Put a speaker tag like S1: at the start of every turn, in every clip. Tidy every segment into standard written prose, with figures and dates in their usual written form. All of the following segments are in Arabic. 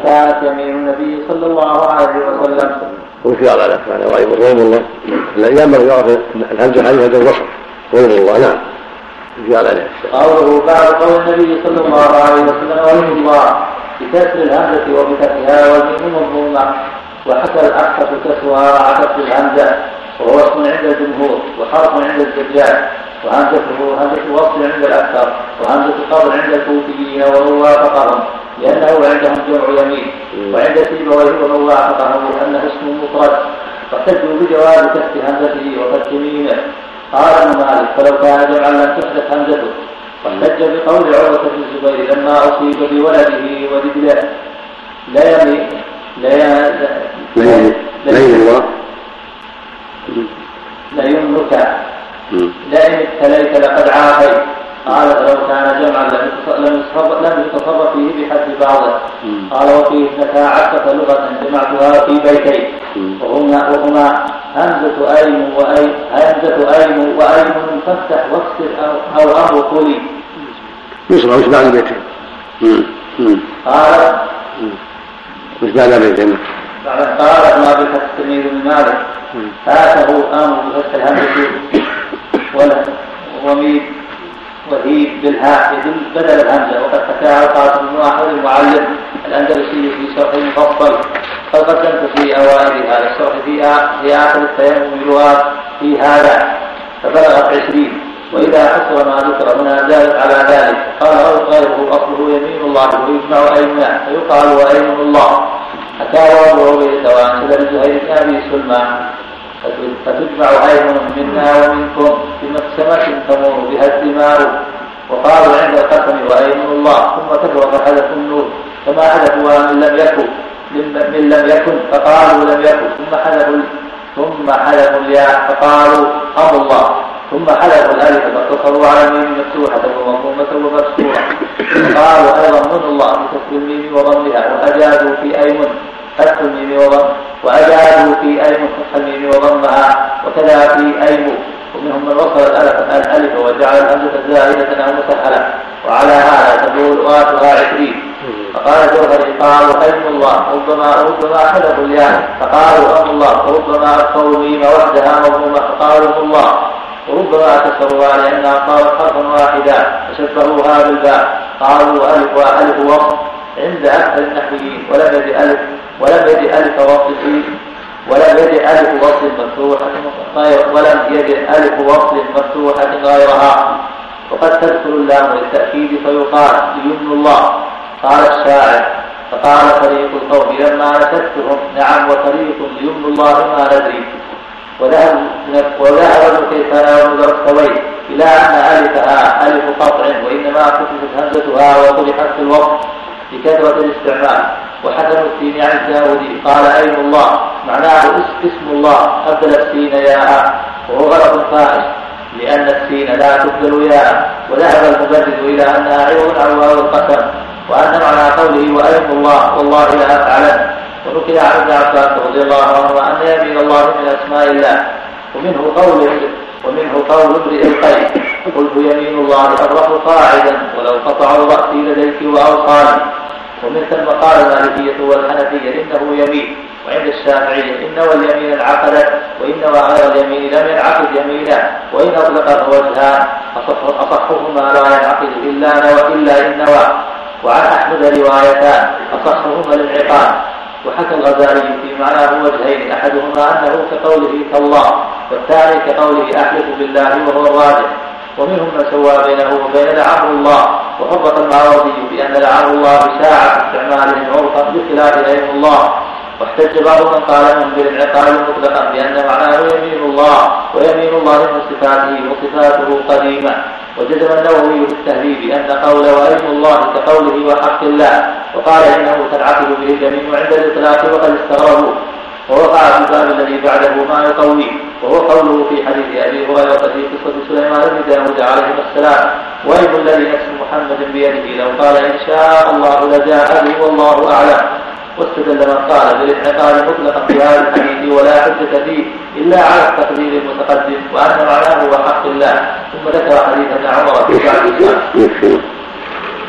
S1: فكانت يمين النبي صلى الله عليه وسلم.
S2: وفي على الأفعال وأيضا غير الله الأيام من يعرف الهمزة عليه هذا الوصف غير الله. نعم. في على الأفعال.
S1: قوله بعد قول النبي صلى الله عليه وسلم غير الله بكسر الهمزة وبفتحها والميم مضمومة، وحكى الأحسف كسرها مع كسر الهمزة، وهو اسم عند الجمهور وحرف عند الزجاج، وهمزته همزة وصل عند الأكثر، وهمزة قبل عند الكوفيين وهو وافقهم لأنه عندهم جمع يمين، وعند سيبويه وهو وافقهم أنه اسم مفرد، واحتجوا بجواز كسر همزته وفتح ميمه. قال ابن مالك فلو كان جمعا لم تحدث همزته، واحتج بقول عروة بن الزبير لما أصيب بولده ودجله لا يملك لئن ابتليت لقد عافيت. قال فلو كان جمعا لم يتصرف فيه بحد بعضه. قال وفيه 12 لغة جمعتها في بيتين وهما همزة أيم وأيم فافتح واكسر أو أمر قولي
S2: يصبح وش بعد بيتين.
S1: قال
S2: وش بعد بيتين.
S1: قال ما بفتح التلميذ من مالك فاته أمر بفتح الهمزة وميد وهيب بالهاء يدل بدل الهمزة، وقد حكاها القاسم بن أحمد المعلم الأندلسي في شرح مفصل، فقدمت في أوائل هذا الشرح في آخر التيمم اللغات في هذا فبلغت 20. وإذا حصر ما ذكر منها زادت على ذلك. قال غيره أصله يمين الله ويجمع أيمنا فيقال وأيمن الله. حكى أبو عبيدة وعن زهير بن أبي سلمان فتجمع أيمن منا ومنكم بمقسمة تمر بها الدماء. وقالوا عند القسم وأيمن الله ثم كثر فحدثوا النور كما حدثوا من لم يكن فقالوا لم يكن ثم حدثوا الياء فقالوا أم الله ثم حدثوا الألف فاقتصروا على الميم مفتوحة ومضمومة ومكسورة. وقالوا أيضا من الله بكسر الميم وضمها وأجازوا في أيمن فتح الميم وضم وأجازوا في أيمن فتح الميم وضمها وكذا في أيمن. ومنهم من وصل الألف وجعل الهمزة زائدة أو مسهلة، وعلى هذا تدور لغاتها 20. فقال جوهري قالوا أيم الله ربما حذفوا الياء فقالوا أم الله، وربما أبقوا الميم وحدها مضمومة فقالوا الله، وربما كسروها لأنها قالت حرفا واحدا فشبهوها بالباء قالوا ألف وألف وصل عند أكثر النحويين ولم يجد ألف وصل مفتوحة غيرها. وقد تذكر اللام للتأكيد فيقال ليمن الله. قال الشاعر فقال فريق القوم لما نشدتهم نعم وفريق ليمن الله ما ندري. وذهب كيسان ومدرسوي إلى أن ألفها ألف قطع وإنما كتبت همزتها وطرحت في الوقت بكثرة الاستعمال. وحسن السين عن الداودي قال أيم الله معناه اسم الله أبدل السين ياء، وهو غلط فاحش لأن السين لا تبدل ياء. وذهب المبرد إلى أنها عوض عن واو القسم، وأن معنى قوله وأيم الله والله لا أعلم. ونقل عن ابن عباس رضي الله عنه أن يمين الله من أسماء الله. ومنه قول امرئ القيس قلت يمين الله أبرح قاعدا ولو قطعوا رأسي لديك وأوصاني. ومن ثم قال المالكية والحنفية إنه يمين، وعند الشافعية إن واليمين انعقدت وإن وغير اليمين لم ينعقد يمينا، وإن أطلق وجهان أصحهما لا ينعقد إلا إن نوى. وعن أحمد روايتان أصحهما للعقاد. وحكى الغزالي في معناه وجهين أحدهما أنه كقوله كالله، والثاني كقوله أحلف بالله وهو الراجح. ومنهم من سوى بينه وبين لعنه الله. وفرق المعروضي بأن لعنه الله بساعة استعمالهم عرفا بخلاف أيم الله. واحتج بعض من قال من بالانعقاد مطلقا بأن معناه يمين الله، ويمين الله من صفاته وصفاته قديمة. وجزم النووي في التهذيب أن قول وأيم الله كقوله وحق الله، وقال إنه تنعقد به اليمين عند الإطلاق وقد استغربوا. ووقع في الباب الذي بعده ما يقوي، وهو قوله في حديث أبي هريرة في قصة سليمان بن داود عليه السلام وأيم الذي نفس محمد بيده لو قال إن شاء الله لجاء به والله أعلم. واستدل من قال بالانعقاد مطلقا في هذا الحديث ولا حجة فيه إلا على التقدير المتقدم وأن معناه هو حق الله. ثم ذكر حديث ابن عمر في بعض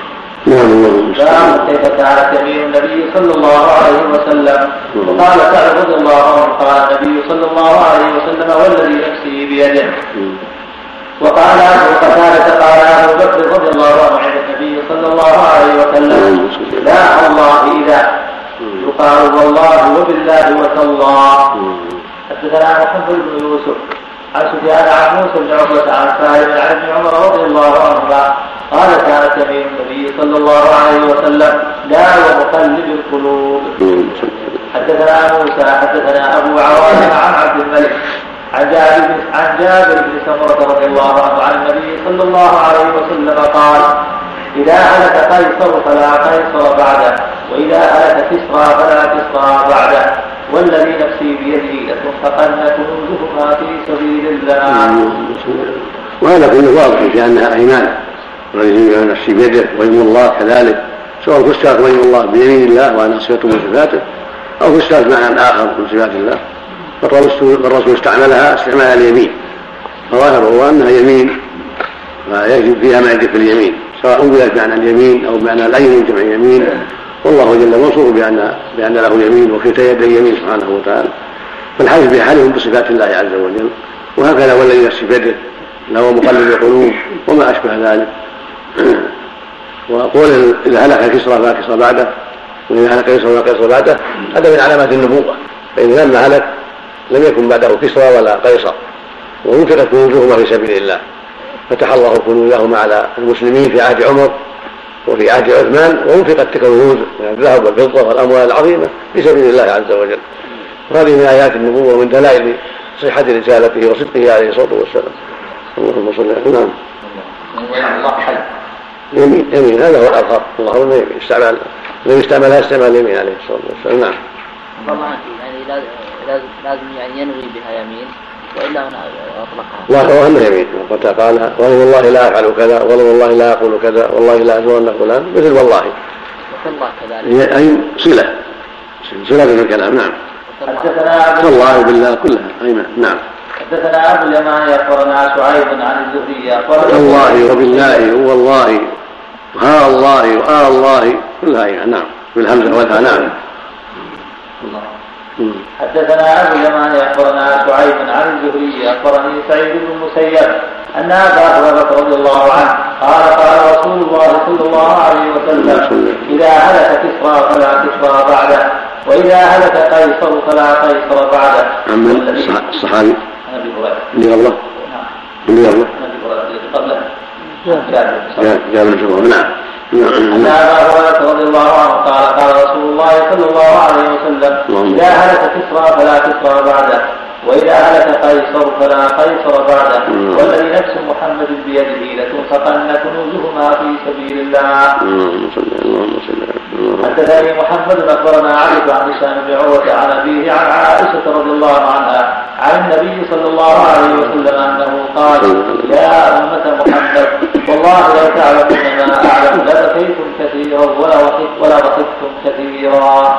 S1: باب كيف كانت يمين النبي صلى الله عليه وسلم. وقال سعد رضي الله عنه قال النبي صلى الله عليه وسلم والذي نفسي بيده. وقال أبو قتادة قال أبو بكر رضي الله عنه عند النبي صلى الله عليه وسلم لا الله إذا يقال والله وبالله وتالله. حدثنا محمد بن يوسف عن سفيان عن موسى بن عقبة عن سالم عن ابن عمر رضي الله عنهما قال كانت يمين النبي صلى الله عليه وسلم لا ومقلب القلوب. حدثنا موسى حدثنا أبو عوانة عن عبد الملك عن جابر بن سمرة رضي الله عنه عن النبي صلى الله عليه وسلم قال إذا هلك قيصر فلا قيصر بعده وإذا هلك كسرى فلا كسرى بعده والذي نفسي بيده لتنفقن كنوزهما في سبيل الله.
S2: وهذا كله واضح في أنها أيمان والذي نفسي بيده ويم الله كذلك، سواء فسرت ويم الله بيمين الله وأن أصفته من صفاته أو فسرت معنى آخر من صفات الله، فالرسول استعملها استعمال اليمين، فظاهره هو أنها يمين ويجب فيها ما يجب في اليمين، سواء أولت بمعنى اليمين أو بمعنى الأيمن جمع يمين، والله جل موصوف بأن له يمين وكلتا يديه يمين سبحانه وتعالى، فالحديث بحالهم بصفات الله عز وجل. وهكذا والذي نفسي بيده له مقلب القلوب وما أشبه ذلك. وقول إذا هلك كسرى فلا كسرى بعده وإذا هلك قيصر فلا قيصر بعده هذا من علامات النبوة، فإن لما هلك لم يكن بعده كسرى ولا قيصر وانفقت كنوزهما في سبيل الله، فتح الله كنوزهما على المسلمين في عهد عمر وفي عهد عثمان، وانفقت تلك الكنوز من الذهب والفضة والأموال العظيمة في سبيل الله عز وجل. وهذه من آيات النبوة ومن دلائل صحة رسالته وصدقه عليه الصلاة والسلام. اللهم صل على نعم. يمين هذا هو الأظهر، الله هو الذي استعملها استعمال اليمين عليه الصلاة والسلام. نعم.
S3: يعني لازم يعني ينوي بها يمين وإلا أطلقها.
S2: لا هو أنه يمين، وقد قال والله لا أفعل كذا والله لا أقول كذا والله لا أزورن فلان، مثل والله
S3: كذلك
S2: أي صلة من الكلام. نعم. والله بالله كلها أيمان. نعم.
S1: حدثنا أبو اليمان أخبرنا شعيب عن الزهري
S2: والله وبالله والله وها الله وآ الله كلها أيمان. نعم بالهمزة والها. نعم.
S1: حدثنا أبو اليمان أخبرنا شعيب عن الزهري أخبرني سعيد بن المسيب أن أبا هريرة رضي الله عنه قال رسول الله صلى الله عليه وسلم إذا هلك كسرى فلا كسرى بعده وإذا هلك قيصر فلا قيصر بعده.
S2: الصحابي
S1: أبي هريرة
S2: اللي
S1: قبله
S2: جابر بن سمرة. نعم.
S1: أن أبا هريرة رضي الله عنه قال رسول الله صلى الله عليه وسلم إذا هلك كسرى فلا كسرى بعده وإذا هلك قيصر فلا قيصر بعده والذي نفس محمد بيده لتنفقن كنوزهما في سبيل الله. حدثني محمد أخبرنا عبد عن هشام بن عروة عن أبيه عن عائشة رضي الله عنها عن النبي صلى الله عليه وسلم أنه قال يا أمة محمد والله لو تعلمون ما أعلم لبكيتم كثيرا ولا بكيتم كثيرا.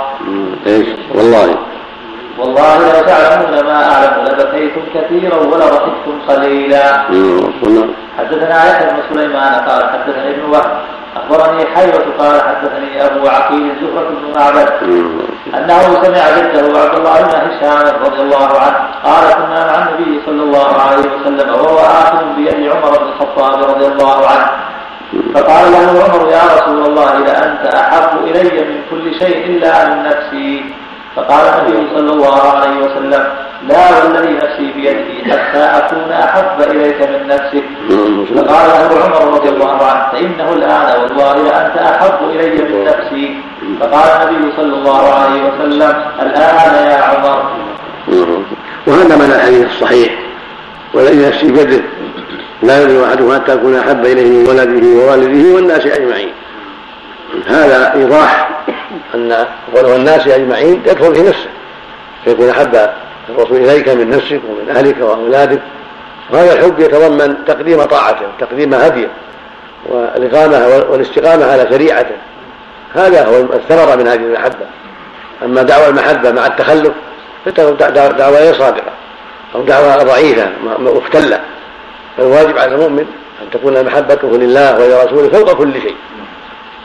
S1: والله لو تعلمون ما أعلم لبكيتم كثيرا ولا بكيتم قليلا. حدثنا يحيى بن سليمان قال حدثني ابن وهب أخبرني حيوة قال حدثني أبو عقيل زهرة بن معبد أنه سمع جده عبد الله بن هشام رضي الله عنه قال كنا مع النبي صلى الله عليه وسلم وهو آخذ بيد عمر بن الخطاب رضي الله عنه فقال له عمر يا رسول الله لأنت أحب إلي من كل شيء إلا من نفسي. فقال النبي صلى الله عليه وسلم لا والذي نفسي بيده حتى أكون أحب إليك من نفسك. فقال له عمر رضي الله عنه فإنه الآن والله لأنت أحب إلي من نفسي. فقال النبي صلى الله عليه وسلم الآن يا عمر.
S2: وهذا من الحديث الصحيح والذي نفسي بيده لا يؤمن أحدهم حتى أكون أحب إليه من ولده ووالده والناس أجمعين. هذا إيضاح أن قوله الناس أجمعين يدخل في نفسه، فيكون أحب الرسول إليك من نفسك ومن أهلك وأولادك، وهذا الحب يتضمن تقديم طاعته وتقديم هديه والإقامة والاستقامة على شريعته، هذا هو الثمرة من هذه المحبة. أما دعوى المحبة مع التخلف فتكون دعوى صادقة أو دعوى ضعيفة مختلة، فالواجب على المؤمن أن تكون محبته لله ولرسوله فوق كل شيء،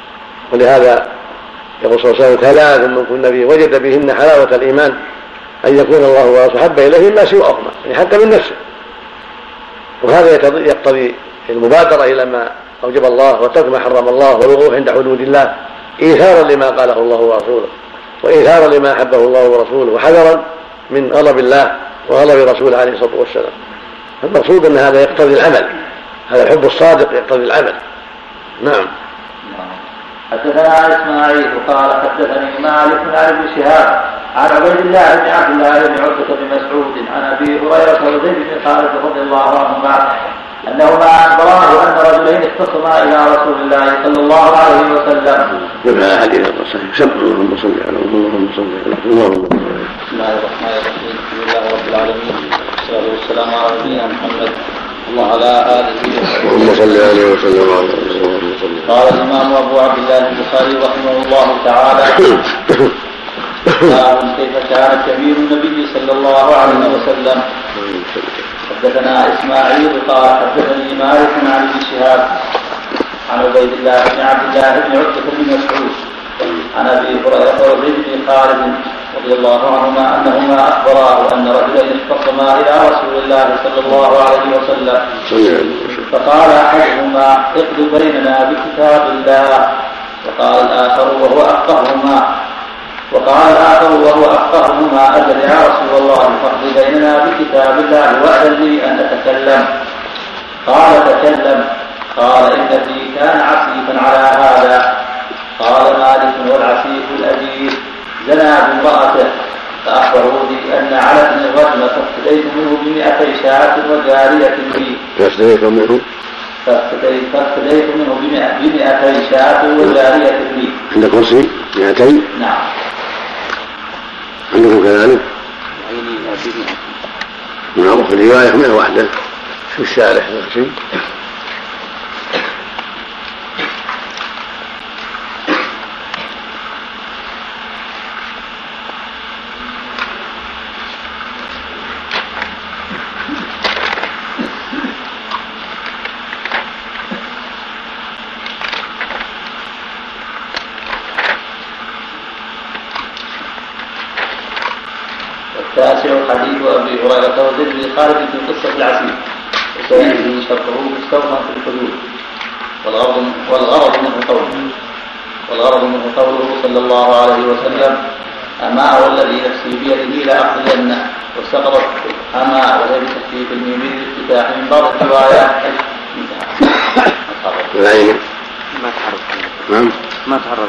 S2: ولهذا يقول صلى الله عليه وسلم: ثلاث من كن فيه وجد بهن حلاوة الإيمان أن يكون الله ورسوله أحب إليه مما سواهما، يعني حتى من نفسه. وهذا يقتضي المبادرة إلى ما أوجب الله وترك ما حرم الله والوقوف عند حدود الله، إيثارا لما قاله الله ورسوله وإيثارا لما أحبه الله ورسوله، وحذرا من غضب الله وغضب رسوله عليه الصلاة والسلام. المقصود أن هذا يقتضي العمل، هذا الحب الصادق يقتضي العمل. نعم.
S1: حدثنا اسماعيل قال حدثني مالك عن ابن شهاب عن عبيد الله بن عبد الله بن عتبة بن مسعود عن ابي هريرة وزيد بن خالد رضي الله عنهما انهما اخبراه ان رجلين اختصما الى رسول الله صلى الله عليه وسلم.
S2: جمع حديث الصحيح. اللهم صل على اللهم صل على اللهم.
S1: بسم الله الرحمن الرحيم. الحمد لله رب العالمين والصلاه والسلام على نبينا محمد وعلى آله
S2: اللهم صل عليه وسلم.
S1: قال الإمام أبو عبد الله البخاري رحمه الله تعالى: كيف كان كبير النبي صلى الله عليه وسلم. حدثنا إسماعيل قال حدثني مالك عن ابن شهاب عن عبيد الله بن عبد الله بن عتبة بن مسعود عن ابي هريرة وزيد بن خالد رضي الله عنهما انهما اخبراه ان رجلين اختصما الى رسول الله صلى الله عليه وسلم فقال احدهما: اقض بيننا بكتاب الله. وقال الاخر وهو افقههما: اجل يا رسول الله، فاقض بيننا بكتاب الله واذن لي ان اتكلم. قال: تكلم. قال: ان ابني كان عسيفا على هذا. قال مالك: والعسيف الأجير زنى بامرأته، فأخبروني أن على ابن الرجل فافتديت منه ب200 شاة وجارية لي. فافتديت منه ب200 شاة وجارية لي.
S2: عندك كرسي 200؟
S1: نعم.
S2: عندكم كذلك؟ معروف في الرواية 100 واحدة في الشارع شيء.
S1: التاسع حديث ابي هريره وزيد بن خالد في قصه العسير وسيأتي شرطه مستوفى في الحدود. والغرض منه قوله صلى الله عليه وسلم: أما والذي نفسي بيده لأقضينه. وسقطت أما وهي بتخفيف الميم للافتتاح من بعض الروايات.
S3: ما تعرض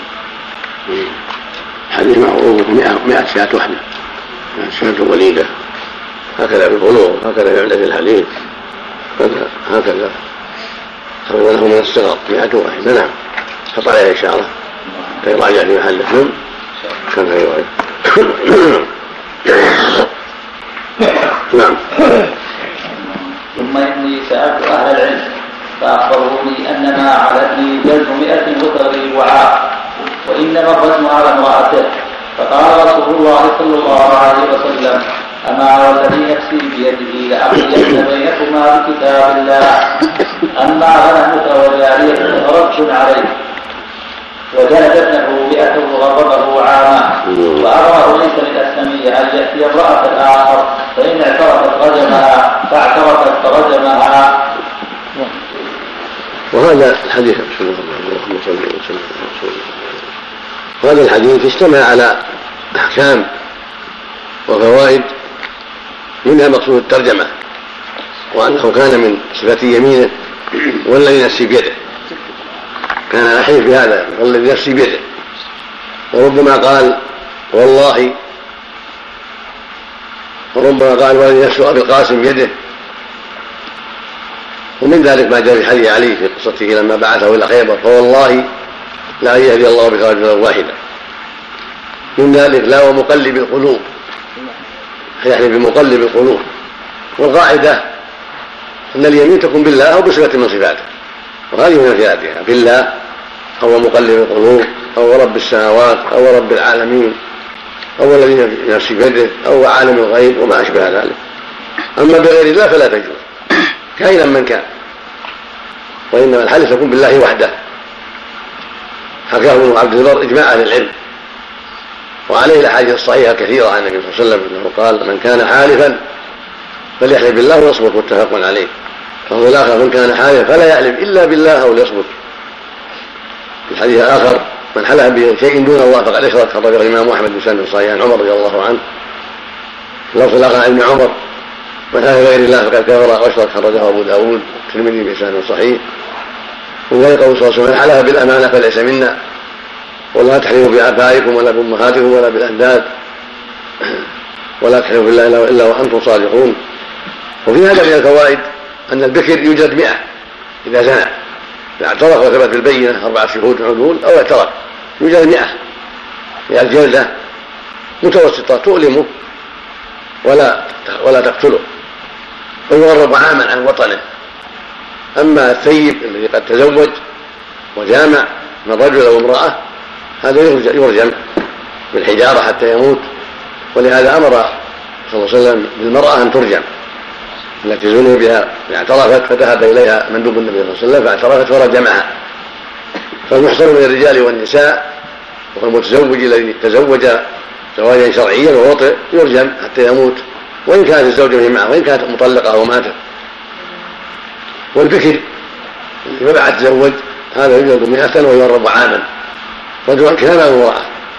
S2: حديث معروف 100 شاة واحدة، 100 شاة وليدة، هكذا في البلوغ، هكذا يعد في الحديث، هكذا خرج له من الصغر 100 واحدة. نعم. حط عليها إشارة يراجع في محله. نعم. كان في رواية. نعم.
S1: ثم إني سألت أهل العلم فأخبروني أن ما على ابني جلد 100 وتغريب وعاء، وإنما الرجم على امرأته. فقال رسول الله صلى الله عليه وسلم: أما والذي نفسي بيده لأقضين بينكما بكتاب الله. أما غنمك وجارية فرد عليه. وجلد ابنه 100 وغضبه عاما. وأراه ليس من الأسلمية أن يأتي امرأة الآخر فإن اعترفت رجمها، فاعترفت فرجمها.
S2: وهذا الحديث بسم الله الرحمن الرحيم. وهذا الحديث اشتمل على أحكام وفوائد، منها مقصود الترجمة، وأنه كان من صفة يمينه والذي نفسي بيده، كان أحيف بهذا والذي نفسي بيده. وربما قال والله، وربما قال والذي نفس أبي القاسم بيده. ومن ذلك ما جاء في حديث علي في قصته لما بعثه إلى خيبر: فوالله لا يهدي الله بك رجلا واحدا. من ذلك لا ومقلب القلوب، يحلف بمقلب القلوب. والقاعدة أن اليمين تكون بالله أو بصفة من صفاته، وهذه من صفاتها بالله أو مقلب القلوب أو رب السماوات أو رب العالمين أو الذي نفسي بيده أو عالم الغيب وما أشبه ذلك. أما بغير الله فلا تجوز كائنا من كان، وإنما الحلف يكون بالله وحده. حكاه ابن عبد البر إجماع أهل العلم، وعليه الأحاديث الصحيحة كثيرة عن النبي صلى الله عليه وسلم أنه قال: من كان حالفا فليحلف بالله ويصمت، متفق عليه. فهو الآخر: من كان حالفا فلا يحلف إلا بالله أو ليصمت. في الحديث الآخر: من حلف بشيء دون الله فقد أشرك، خرجه الإمام أحمد بن سند صحيح عن عمر رضي الله عنه. اللفظ الآخر عن ابن عمر: من حلف بغير الله فقد كفر واشرك، خرجه أبو داود والترمذي بإسناد صحيح. وذلك قول صلى الله عليه وسلم: من حلف بالأمانة فليس منا، ولا تحلفوا بآبائكم ولا بأمهاتكم ولا بالأنداد، ولا تحلفوا بالله إلا وأنتم صادقون. وفي هذا من الفوائد أن البكر يوجد 100 إذا زنى، إذا اعترف وثبت بالبينة 4 شهود عدول أو اعترف يوجد 100 الجلدة متوسطة تؤلمه ولا تقتله، ويغرب عاما عن وطنه. أما الثيب الذي قد تزوج وجامع من رجل أو امرأة هذا يرجم بالحجارة حتى يموت. ولهذا أمر صلى الله عليه وسلم بالمرأة أن ترجم التي زني بها اعترفت، فذهب إليها مندوب النبي صلى الله عليه وسلم فاعترفت فرجمها. فالمحصن من الرجال والنساء والمتزوج الذي تزوج زواجا شرعيا ووطئ يرجم حتى يموت، وإن كانت الزوجة به معه، وإن كانت مطلقة وماتت. والبكر الذي ما بعد تزوج هذا يجلد 100 ويغرب عاما، رجل كان أو امرأة.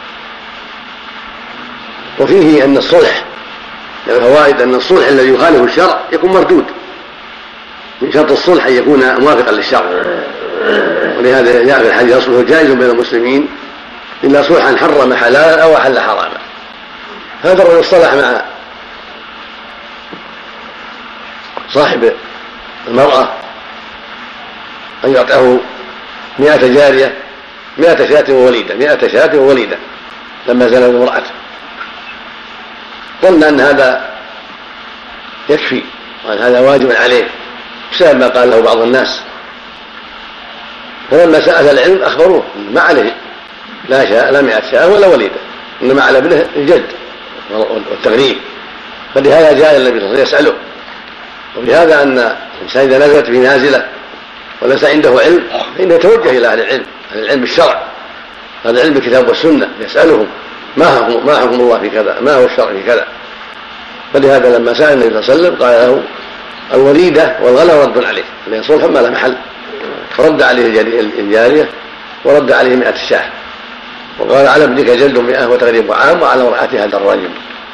S2: وفيه أن الصلح من الفوائد أن الصلح الذي يخالف الشرع يكون مردود. من شرط الصلح أن يكون موافقا للشرع، ولهذا جاء في الحديث: الصلح جائز بين المسلمين إلا صلحا حرم حلالا أو أحل حراما. هذا الرجل اصطلح مع صاحب المرأة أن يعطيه 100 جارية 100 شاة ووليدة 100 شاة ووليدة لما زنى بامرأته، ظن أن هذا يكفي وأن هذا واجب عليه بسبب ما قال له بعض الناس. فلما سأل العلم أخبروه ما عليه لا شاء لا 100 شاة ولا وليدة، إنما على ابنه الجد والتغريب. فلهذا جاء النبي صلى الله عليه وسلم يسأله. وبهذا أن الإنسان إذا نزلت في نازلة وليس عنده علم فإنه يتوجه إلى أهل العلم، أهل العلم بالشرع، هذا العلم بالكتاب والسنة، يسألهم ما حكم الله في كذا، ما هو الشرع في كذا. فلهذا لما سأل النبي صلى الله عليه وسلم قال له: الوليدة والغلا رد عليه، لأن صلحا ما له محل، فرد عليه الجارية ورد عليه 100 شاة، وقال: على ابنك جلد 100 وتغريب عام، وعلى امرأته هذا الرجل.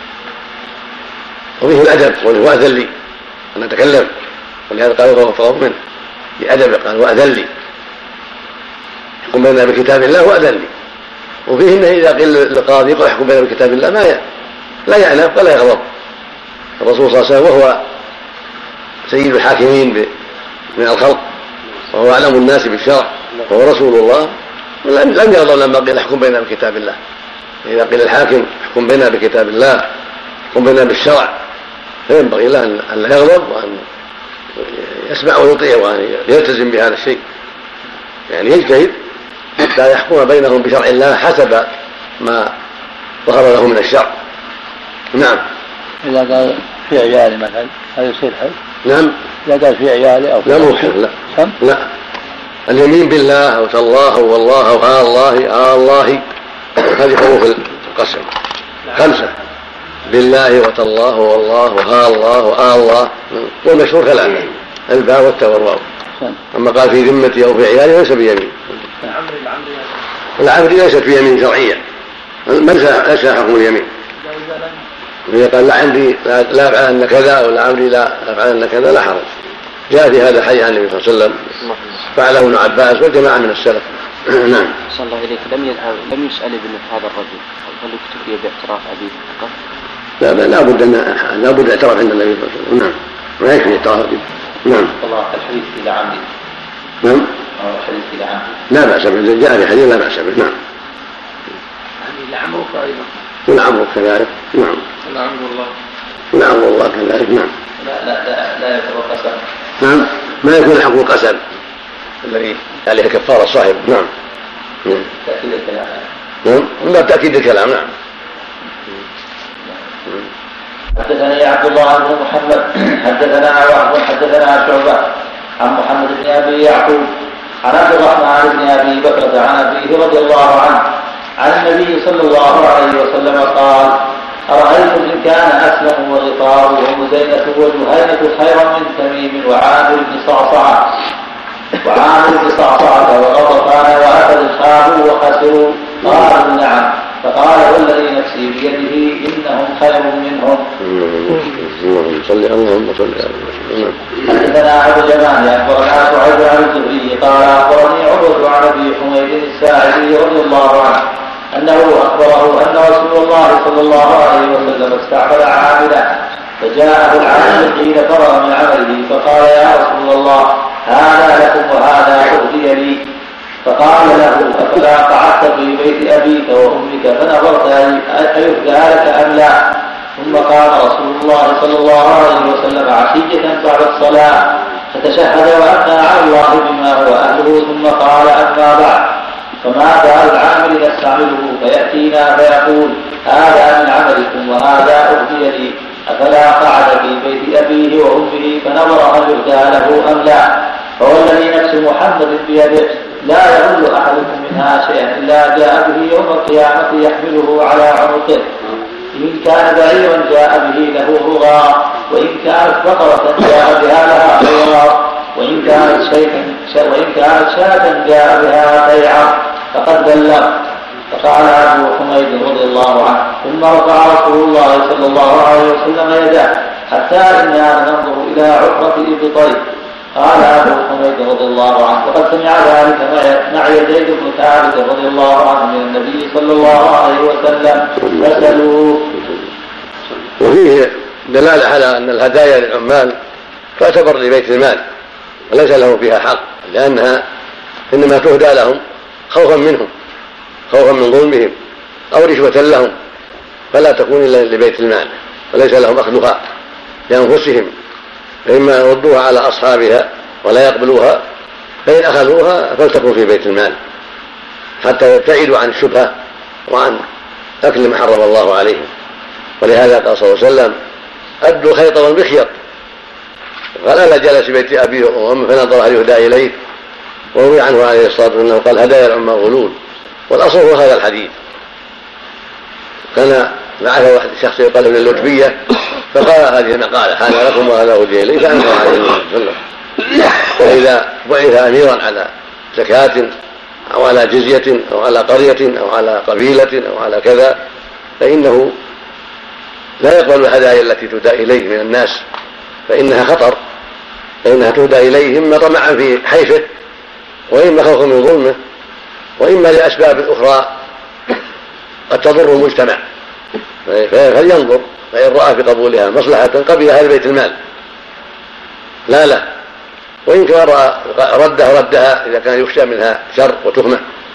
S2: وفيه الأدب، وأذن لي أن أتكلم، ولهذا قالوا فهو منه بأدب، قال: وأذن لي يحكم بيننا بكتاب الله وأذن لي. وفيه أنه إذا قيل للقاضي يحكم بيننا بكتاب الله لا يعنف ولا يغضب. الرسول صلى الله عليه وسلم وهو سيد الحاكمين من الخلق وهو أعلم الناس بالشرع وهو رسول الله، لم يغضب لما قيل احكم بيننا بكتاب الله. إذا قيل الحاكم احكم بيننا بكتاب الله، احكم بيننا بالشرع، فينبغي له أن لا يغضب وأن يسمع ويطيع وأن يلتزم بهذا الشيء، يعني يجتهد حتى يحكم بينهم بشرع الله حسب ما ظهر له من الشرع. نعم.
S4: إذا قال في عيالي مثلا هل يصير حلف؟
S2: نعم.
S4: إذا قال في عيالي أو في
S2: لا اليمين بالله أو تالله والله أو الله هذه حروف القسم 5: بالله وتالله والله الله والمشهور 3: الباء والتاء والواو. أما قال في ذمتي أو في عيالي ليس بيمين. العمري ليست في يمين شرعية، ليس حكم اليمين. إذا قال لا عمري لا أفعلن كذا أو لا عمري لا أفعلن كذا لا حرج. جاء في هذا حديث عن النبي صلى الله عليه وسلم فعله ابن عباس وجماعة من السلف. نعم.
S3: صلى الله عليك. لم يسأل ابن هذا الرجل هل اكتفي باعتراف أبيه فقط؟
S2: لا بد اعتراف عند النبي صلى الله عليه وسلم. نعم، ما يكفي اعتراف به. نعم.
S1: الله الحديث إلى عمري.
S2: نعم.
S1: الحديث إلى عمري
S2: لا بأس به، جاء في حديث لا بأس به. نعم.
S1: إلى عمرك أيضا.
S2: والعمر كذلك. نعم. والعمر الله كذلك. نعم.
S1: لا يكون قسم.
S2: نعم، ما يكون حق القسم الذي عليه كفارة صاحب. نعم.
S1: تأكيد الكلام.
S2: نعم، من باب تأكيد الكلام. نعم.
S1: حدثني عبد الله بن محمد حدثنا وهب حدثنا شعبة عن محمد بن أبي يعقوب عن عبد الرحمن بن أبي بكرة عن أبيه رضي الله عنه عن النبي صلى الله عليه وسلم قال: أرأيتم إن كان أسلم وغفار ومزينة وجهينة خيرا من تميم وعامر بن صعصعة وغطفان وأخذ خابوا وخسروا؟ قالوا: نعم. فقال: والذي نفسي بيده إنهم خير منهم.
S2: اللهم صل على محمد.
S1: حدثنا أبو اليمان أخبرنا شعيب عن الزهري قال: أخبرني عروة عن أبي حميد الساعدي رضي الله عنه أنه أخبره أن رسول الله صلى الله عليه وسلم استعمل عاملا، فجاءه العامل حين فرغ من عمله فقال: يا رسول الله، هذا لكم وهذا أهدي لي. فقال له: أفلا قعدت في بيت أبيك وأمك فنظرت أيهدى لك أم لا؟ ثم قام رسول الله صلى الله عليه وسلم عشية بعد الصلاة فتشهد وأثنى على الله بما هو أهله، ثم قال: أما بعد، فما بال العامل نستعمله فيأتينا فيقول: هذا من عملكم وهذا أهدي لي؟ أفلا قعد في بيت أبيه وأمه فنظر هل يهدى له أم لا؟ فوالذي نفس محمد بيده لا يغل أحدكم منها شيئا إلا جاء به يوم القيامة يحمله على عنقه، إن كان بعيرا جاء به له رغى، وإن كانت بقرة جاء بها لها خوار، وإن كانت شاة جاء بها بيعا، فقد بلغ. فقال أبو حميد رضي الله عنه: ثم رفع رسول الله صلى الله عليه وسلم يده حتى إنا ننظر إلى عقرة إبطيه. قال أبو حميد رضي الله عنه: وقد سمع ذلك مع يزيد بن ثابت رضي الله عنه من النبي صلى الله عليه وسلم فسألوه.
S2: وفيه دلالة على أن الهدايا للعمال تعتبر لبيت المال وليس لهم فيها حق، لأنها إنما تهدى لهم خوفا منهم، خوفا من ظلمهم أو رشوة لهم، فلا تكون إلا لبيت المال وليس لهم أخذها لأنفسهم، فإما يردوها على أصحابها ولا يقبلوها، فإن أخذوها فلتكن في بيت المال حتى يبتعدوا عن الشبهة وعن أكل ما حرم الله عليهم. ولهذا قال صلى الله عليه وسلم: أدوا الخيط والمخيط. قال: ألا جلس بيت أبيه وأمه فنظر هل يهدى إليه؟ وروي عنه عليه الصلاة والسلام قال: هدايا العمال غلول. والأصل هو هذا الحديث. كان معه واحد شخص يقال له اللتبية فقال هذه المقالة: هذا لكم وهذا هدي إليه، فأنكر عليه الصلاة والسلام. وإذا بعث أميرا على زكاة أو على جزية أو على قرية أو على قبيلة أو على كذا فإنه لا يقبل الهدايا التي تهدى إليه من الناس، فإنها خطر، فإنها تهدى إليه إما طمعا في حيفه وإما خوفا من ظلمه وإما لأسباب أخرى قد تضر المجتمع، فلينظر، فإن رأى في قبولها مصلحة قبلها لبيت المال لا له، وإن كان رأى ردها إذا كان يخشى منها شر وتهمة،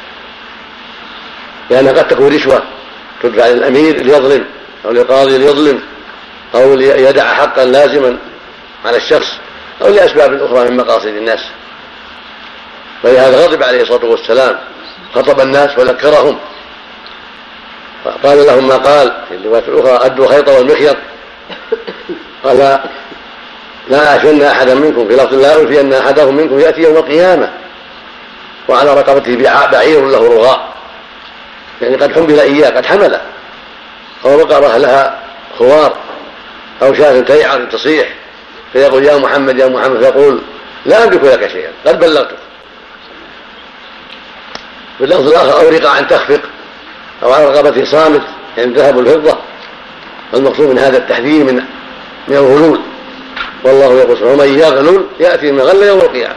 S2: لأنها قد تكون رشوة تدفع للأمير ليظلم أو للقاضي ليظلم أو ليدع حقا لازما على الشخص أو لأسباب أخرى من مقاصد الناس. ولهذا غضب عليه الصلاة والسلام، خطب الناس وذكرهم فقال لهم ما قال في الرواية الأخرى: أدوا الخيط والمخيط. قال: لا أشن أحدا منكم، في لفظ لا ألفي أن أحدهم منكم يأتي يوم القيامة وعلى رقبته بعير له رغاء، يعني قد حمل إياه، قد حمله، أو بقرة لها خوار أو شاة تيعر تصيح فيقول: يا محمد يا محمد، فيقول: لا أملك لك شيئا قد بلغتك. باللفظ الآخر: أو رقاعا تخفق، أو على رقبته صامت، يعني الذهب والفضة. المقصود من هذا التحذير من الغلول، والله يقول: ومن يغلل يأتي من غل يوم القيامة.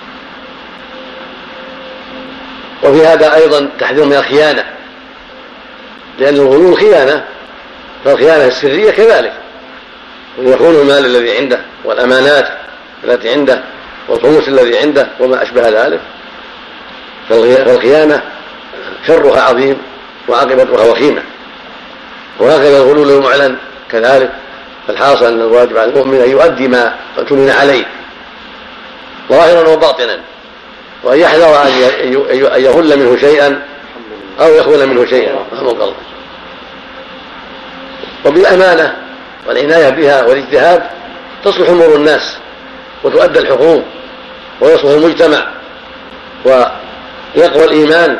S2: وفي هذا أيضا تحذير من الخيانة، لأن الغلول خيانة، فالخيانة السرية كذلك، ويخون المال الذي عنده والأمانات التي عنده والخمس الذي عنده وما أشبه ذلك، فالخيانة شرها عظيم وعاقبتها وخيمة. وهكذا الغلول المعلن كذلك، فالحاصل أن الواجب على المؤمن أن يؤدي ما اؤتمن عليه ظاهرا وباطنا، وأن يحذر أن يهل منه شيئا أو يخون منه شيئا، وبالأمانة والعناية بها والاجتهاد تصلح أمور الناس وتؤدى الحقوق ويصلح المجتمع ويقوى الإيمان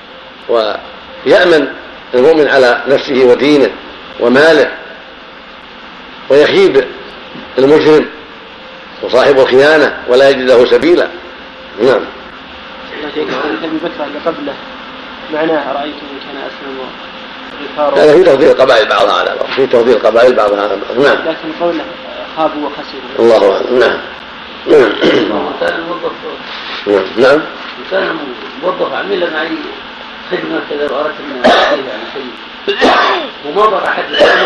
S2: ويأمن المؤمن على نفسه ودينه وماله، ويخيب المجرم وصاحب الخيانة ولا يجد له سبيلا. نعم.
S5: أبي بكر اللي قبله معناه رأيته كان أسلم
S2: هذا في تفضيل القبائل بعضها على بعض، في تفضيل القبائل بعضها على بعض. نعم.
S5: لكن قوله خابوا وخسروا
S2: الله أعلم. نعم. نعم.
S6: كان موظف عمل معي خدمة كذا وأردت أن أعطيه عن شيء ومضى أحد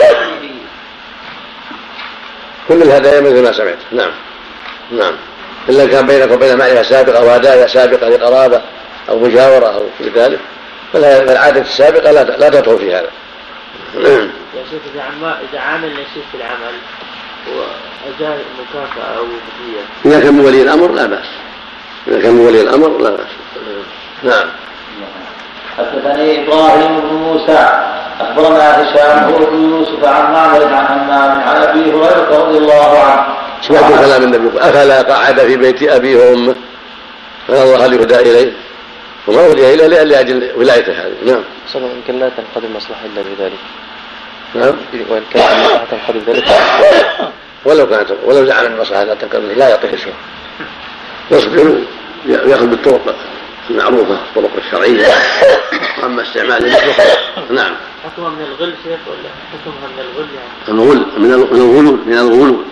S2: كل الهدايا مثل ما سمعت. نعم. نعم. إلا كان بينك وبين معرفة سابقة وهدايا سابقة لقرابة أو مجاورة أو ذلك، فالعادة السابقة لا تدخل في هذا.
S6: يا شيخ إذا عامل نشيط في العمل وأجاه مكافأة أو هدية،
S2: إذا كان من ولي الأمر لا بأس. إذا كان من ولي الأمر لا بأس. نعم.
S1: حدثني إبراهيم بن موسى أخبرنا هشام هو بن يوسف عن معمر عن همام عن أبي هريرة رضي الله عنه.
S2: سمعت كلام النبي: أفلا قعد في بيت أبيه وأمه فالله هل يهدى إليه، وما هدي إليه لأجل ولايته هذه. نعم.
S3: صلى يمكن لا تنقضي المصلحة إلا بذلك.
S2: نعم.
S3: وإن كانت المصلحة تنقضي بذلك
S2: ولو زعم المصلحة لا تنقضي لا يعطيه شيء، يصبر يأخذ بالطرق المعروفة الطرق الشرعية، وأما استعمال المصلحة. نعم.
S6: حكمها من الغل شيخ ولا حكمها من الغل يعني؟
S2: من الغلول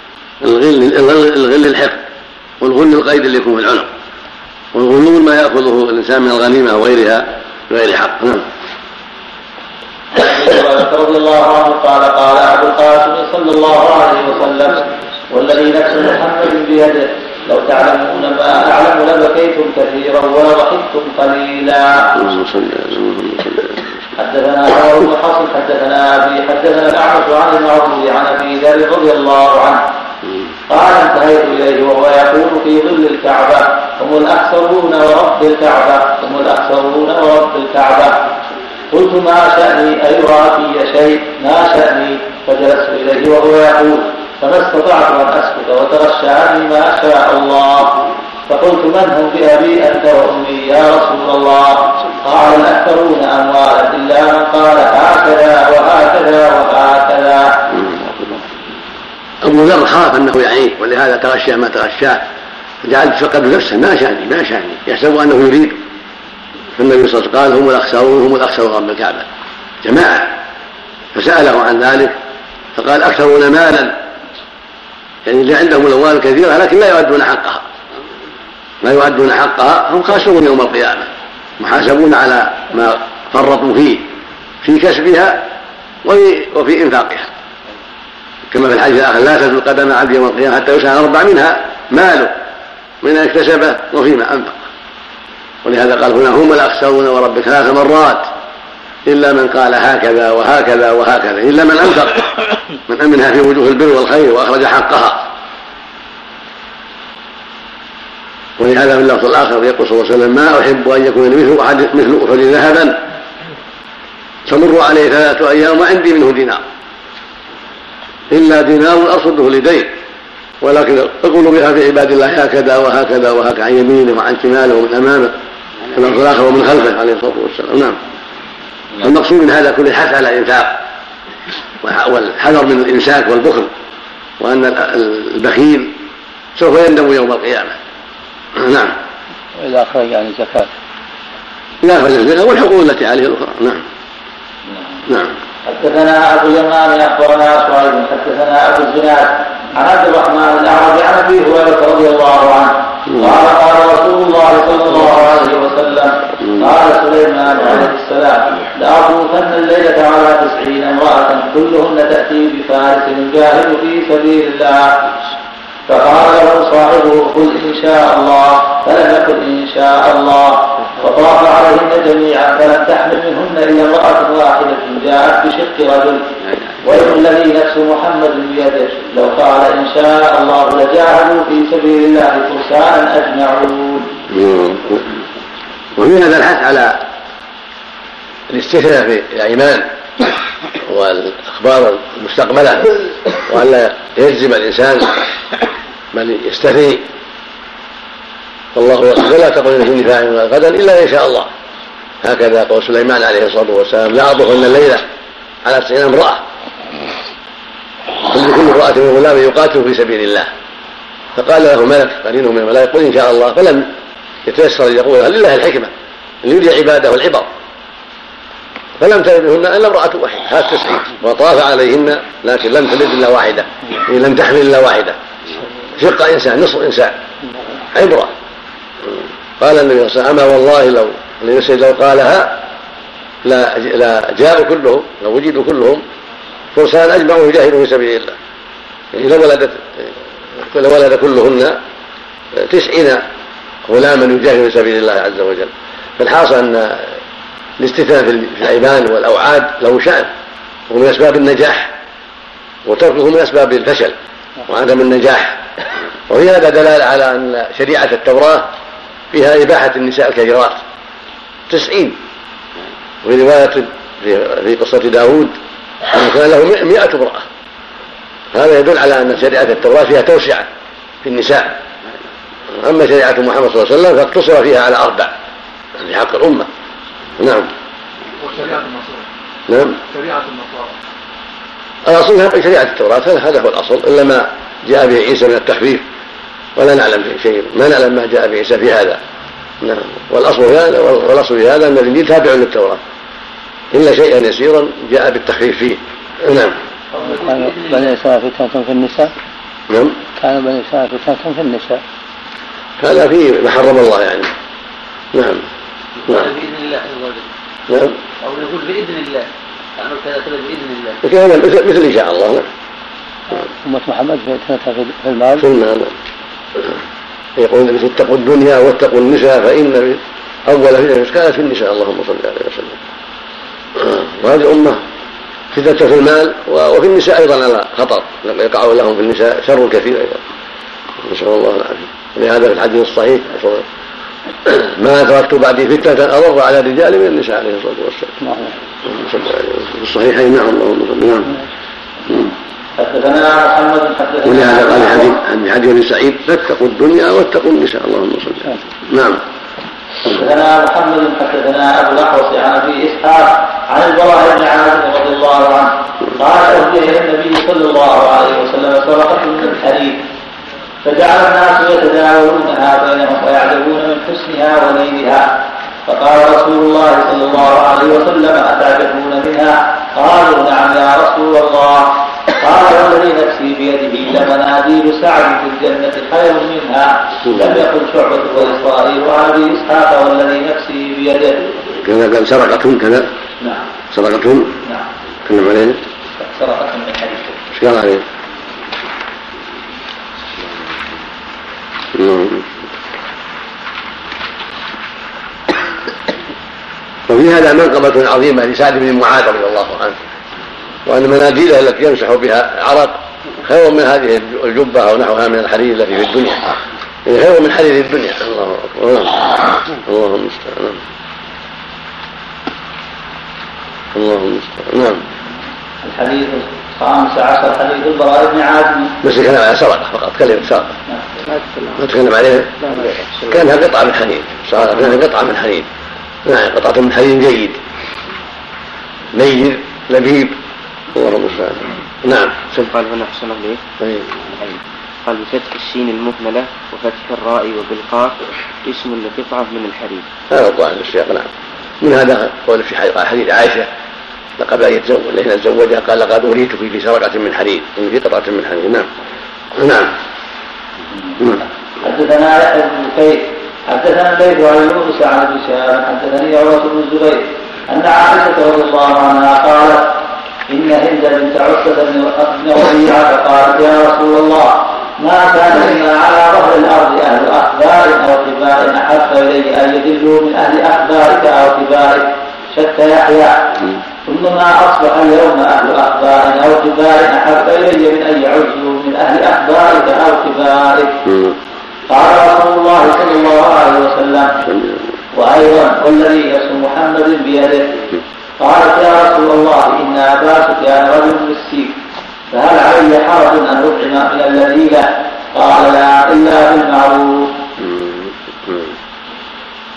S2: الغل الحقد، والغل القيد اللي يكون في العنق، والغلول ما يأخذه الإنسان من الغنيمة وغيرها بغير حق. نعم.
S1: رضي الله عنه قال أبو القاسم صلى الله عليه وسلم: والذي نفس محمد بيده لو تعلمون ما أعلم لبكيتم كثيرا ولضحكتم قليلا. حدثنا عمر بن حصن حدثنا أبي حدثنا الأعمش عن المعروف عن أبي ذر رضي الله عنه قال: انتهيت إليه وهو يقول في ظل الكعبة: هم الأكثرون ورب الكعبة. قلت: ما شأني أيرى في شيء؟ ما شأني؟ فجلست إليه وهو يقول: فما استطعت أن أسكت وتغشى عني ما شاء الله. فقلت: من هم بأبي أنت وأمي يا رسول الله؟ قال: الأكثرون أموالا إلا من قال هكذا وهكذا وهكذا.
S2: أبو ذر خاف أنه يعيب، ولهذا تغشى ما تغشاه، فجعل يتفقد نفسه: ما شأني يحسب أنه يريد. فالنبي صلى الله عليه وسلم قال: هم الأكثرون رب الكعبة جماعة. فسأله عن ذلك فقال: أكثرون مالا، يعني اللي عندهم الأموال كثيرة لكن لا يؤدون حقها هم خاسرون يوم القيامة، محاسبون على ما فرطوا فيه في كسبها وفي إنفاقها، كما في الحديث الآخر: لا تزول قدم عبد يوم القيامة حتى يسأل عن 4 منها ماله من اكتسبه وفيما أنفق. ولهذا قال هنا: هم الأكثرون وربك 3 مرات، إلا من قال هكذا وهكذا وهكذا، إلا من أنفق من أمنها في وجوه البر والخير وأخرج حقها. ولهذا في اللفظ الآخر يقول صلى الله عليه وسلم: ما أحب أن يكون مثل أحد ذهبا تمر عليه 3 أيام وعندي منه دينار، إلا دينار أرصده لدين، ولكن أقول بها في عباد الله هكذا وهكذا وهكذا، عن يمينه وعن شماله ومن أمامه اللفظ الآخر ومن خلفه عليه الصلاة والسلام. نعم. المقصود من هذا كل الحث على الإنفاق والحذر من الإمساك والبخل، وأن البخيل سوف يندم يوم القيامة. نعم.
S4: وإذا أخرج عن الزكاة
S2: لا فالزكاة والحقوق التي عليه الأخرى. نعم.
S1: حدثنا أبو اليمان أخبرنا شعيب حدثنا أبو الزناد عن عبد الرحمن الأعرج عن أبي هريرة رضي الله عنه قال رسول الله صلى الله عليه وسلم: قال سليمان عليه السلام: لأطوفن الليلة على 90 امرأة كلهن تأتي بفارس جاهد في سبيل الله. فقال له صاحبه: قل إن شاء الله، فلم يقل إن شاء الله. فطاف عليهن جميعا فلم تحمل منهن إلا امرأة واحدة جاءت بشق رجل. ويل الذي نفس محمد بيده لو قال إن شاء الله لجاهدوا في سبيل الله فرسانا أجمعون.
S2: وفي هذا الحث على الاستثناء في الإيمان والأخبار المستقبلة، وأن لا يجزم الإنسان بل يستثني والله ولا تقولن في نفاع غدا إلا إن شاء الله. هكذا قول سليمان عليه الصلاة والسلام: لا أضرهن الليلة على 90 امرأة، كل امرأة من غلام يقاتل في سبيل الله. فقال له ملك قرينه من الملائكة: قل إن شاء الله. فلم يتيسر يقول: هل لله الحكمة أن يري عباده العبر. فلم تلد منهن إلا امرأة واحدة، هذا 90، وطاف عليهن لكن لم تلد إلا واحدة، لم تحمل إلا واحدة. شق إنسان، نصف إنسان، عبرة. قال النبي صلى الله عليه وسلم: أما والله لو قالها لا جاءوا كلهم، لو وجدوا كلهم فرسان أجمعوا يجاهدوا في سبيل الله. يعني لو ولد كلهن 90 غلاما يجاهدوا في سبيل الله عز وجل. فالحاصل أن الاستثناء في العيبان والأوعاد له شأن، ومن أسباب النجاح، وتركه من أسباب الفشل وعدم النجاح. وفي هذا دلالة على أن شريعة التوراة فيها إباحة النساء الكثيرات 90. وفي رواية في قصة داود كان له 100 امرأة. هذا يدل على أن شريعة التوراة فيها توسعة في النساء. أما شريعة محمد صلى الله عليه وسلم فاقتصر فيها على 4 في حق الأمة. نعم.
S1: وشريعة النصارى.
S2: نعم.
S1: شريعة النصارى.
S2: الأصل شريعة التوراة، هذا هو الأصل، إلا ما جاء به عيسى من التخفيف، ولا نعلم شيء، ما نعلم ما جاء به عيسى في هذا. نعم. والأصل في هذا أن الإنجيل تابع للتوراة، إلا شيئا يسيرا جاء بالتخفيف فيه. نعم.
S4: كان بني إسرائيل فتنة في النساء.
S2: نعم.
S4: كان بني إسرائيل فتنة في النساء.
S2: هذا فيه ما حرم الله يعني. نعم.
S6: نعم. بإذن الله.
S2: نعم.
S6: أو يقول بإذن الله، تعمل كذا بإذن الله.
S2: كان مثل إن شاء الله.
S4: أمة محمد فتنة في المال.
S2: في المال. يقول النبي: اتقوا الدنيا واتقوا النساء فإن أول فتنة كانت في النساء. اللهم صل عليه وسلم. وهذه الأمة فتنة في المال، وفي النساء أيضا على خطر، يقع لهم في النساء شر كثير أيضا، نسأل الله العافية. ولهذا في الحديث الصحيح: ما تركت بعدي فتنة أضر على الرجال من النساء عليه الصلاة والسلام. في الصحيحين. نعم. اللهم صل. نعم.
S1: حدثنا محمد حدثنا.
S2: ولهذا قال عن حديث ابن سعيد: فاتقوا الدنيا واتقوا النساء. اللهم صل. نعم.
S1: حدثنا محمد حدثنا ابو الاحوص عن ابي اسحاق عن البراء بن عازب رضي الله عنه قال: أهدي الى النبي صلى الله عليه وسلم سرقة من الحديد، فجعل الناس يتداولونها بينهم ويعجبون من حسنها وليلها، فقال رسول الله صلى الله عليه وسلم: أتعجبون منها؟ قالوا: نعم يا رسول الله. قال: والذي نفسي بيده لمناديل سعد في الجنة خير منها. لم يقل شعبة وإسرائيل وعن أبي إسحاق: والذي نفسي بيده.
S2: كذا قال: سرقتهم كذا.
S1: نعم.
S2: سرقتهم.
S1: نعم.
S2: تكلم عليه.
S1: سرقتهم من حديث.
S2: ايش قال عليه؟ وفي هذا منقبة عظيمة لسعد بن معاذ رضي الله عنه، وأن مناديله التي يمسح بها عرق خير من هذه الجبة أو نحوها من الحرير التي في الدنيا، يعني خير من حرير الدنيا. الله أكبر. الله المستعان. نعم. نعم.
S1: الحديث 15 حديث البراء بن عازب.
S2: بس كلام على سرقة فقط، كلمة سرقة ما تكلم عليه. كانها قطعة من حديد، كانها قطعة من حديد. نعم. قطعة من حديد جيد لين لبيب. الله المستعان. نعم.
S3: قال هنا أحسن الله إليك. قال: بفتح السين المهملة وفتح الراء وبالقاف اسم لقطعة من الحديد.
S2: هذا الظاهر السياق. نعم. من هذا قول في حديث عائشة: لقد يتزوج لحين تزوجها قال: لقد أريتك في سرقة من حديد، في قطعة من حديد. نعم. نعم.
S1: حدثنا يحيى بن كيس حدثنا الليث عن يونس عن ابي شهاب حدثني عروة بن الزبير أن عائشة رضي الله عنها قالت: إن هند بنت عتبة بن ربيعة قالت: يا رسول الله، ما كان مما على ظهر الأرض أهل أخبار أو كبار أحب إلي أن يدلوا من أهل أخبارك أو كبارك. شك يحيى: ثم ما أصبح اليوم أهل أخبار أو كبار أحب إلي من أن يعزوا من أهل أخبارك أو كبارك. قال رسول الله صلى الله عليه وسلم: وأيضا والذي نفس محمد بيده. قالت: يا رسول الله، إن أبا سفيان رجل مسكين، فهل علي حرج أن أطعم من الذي له؟ قال: لا، إلا بالمعروف.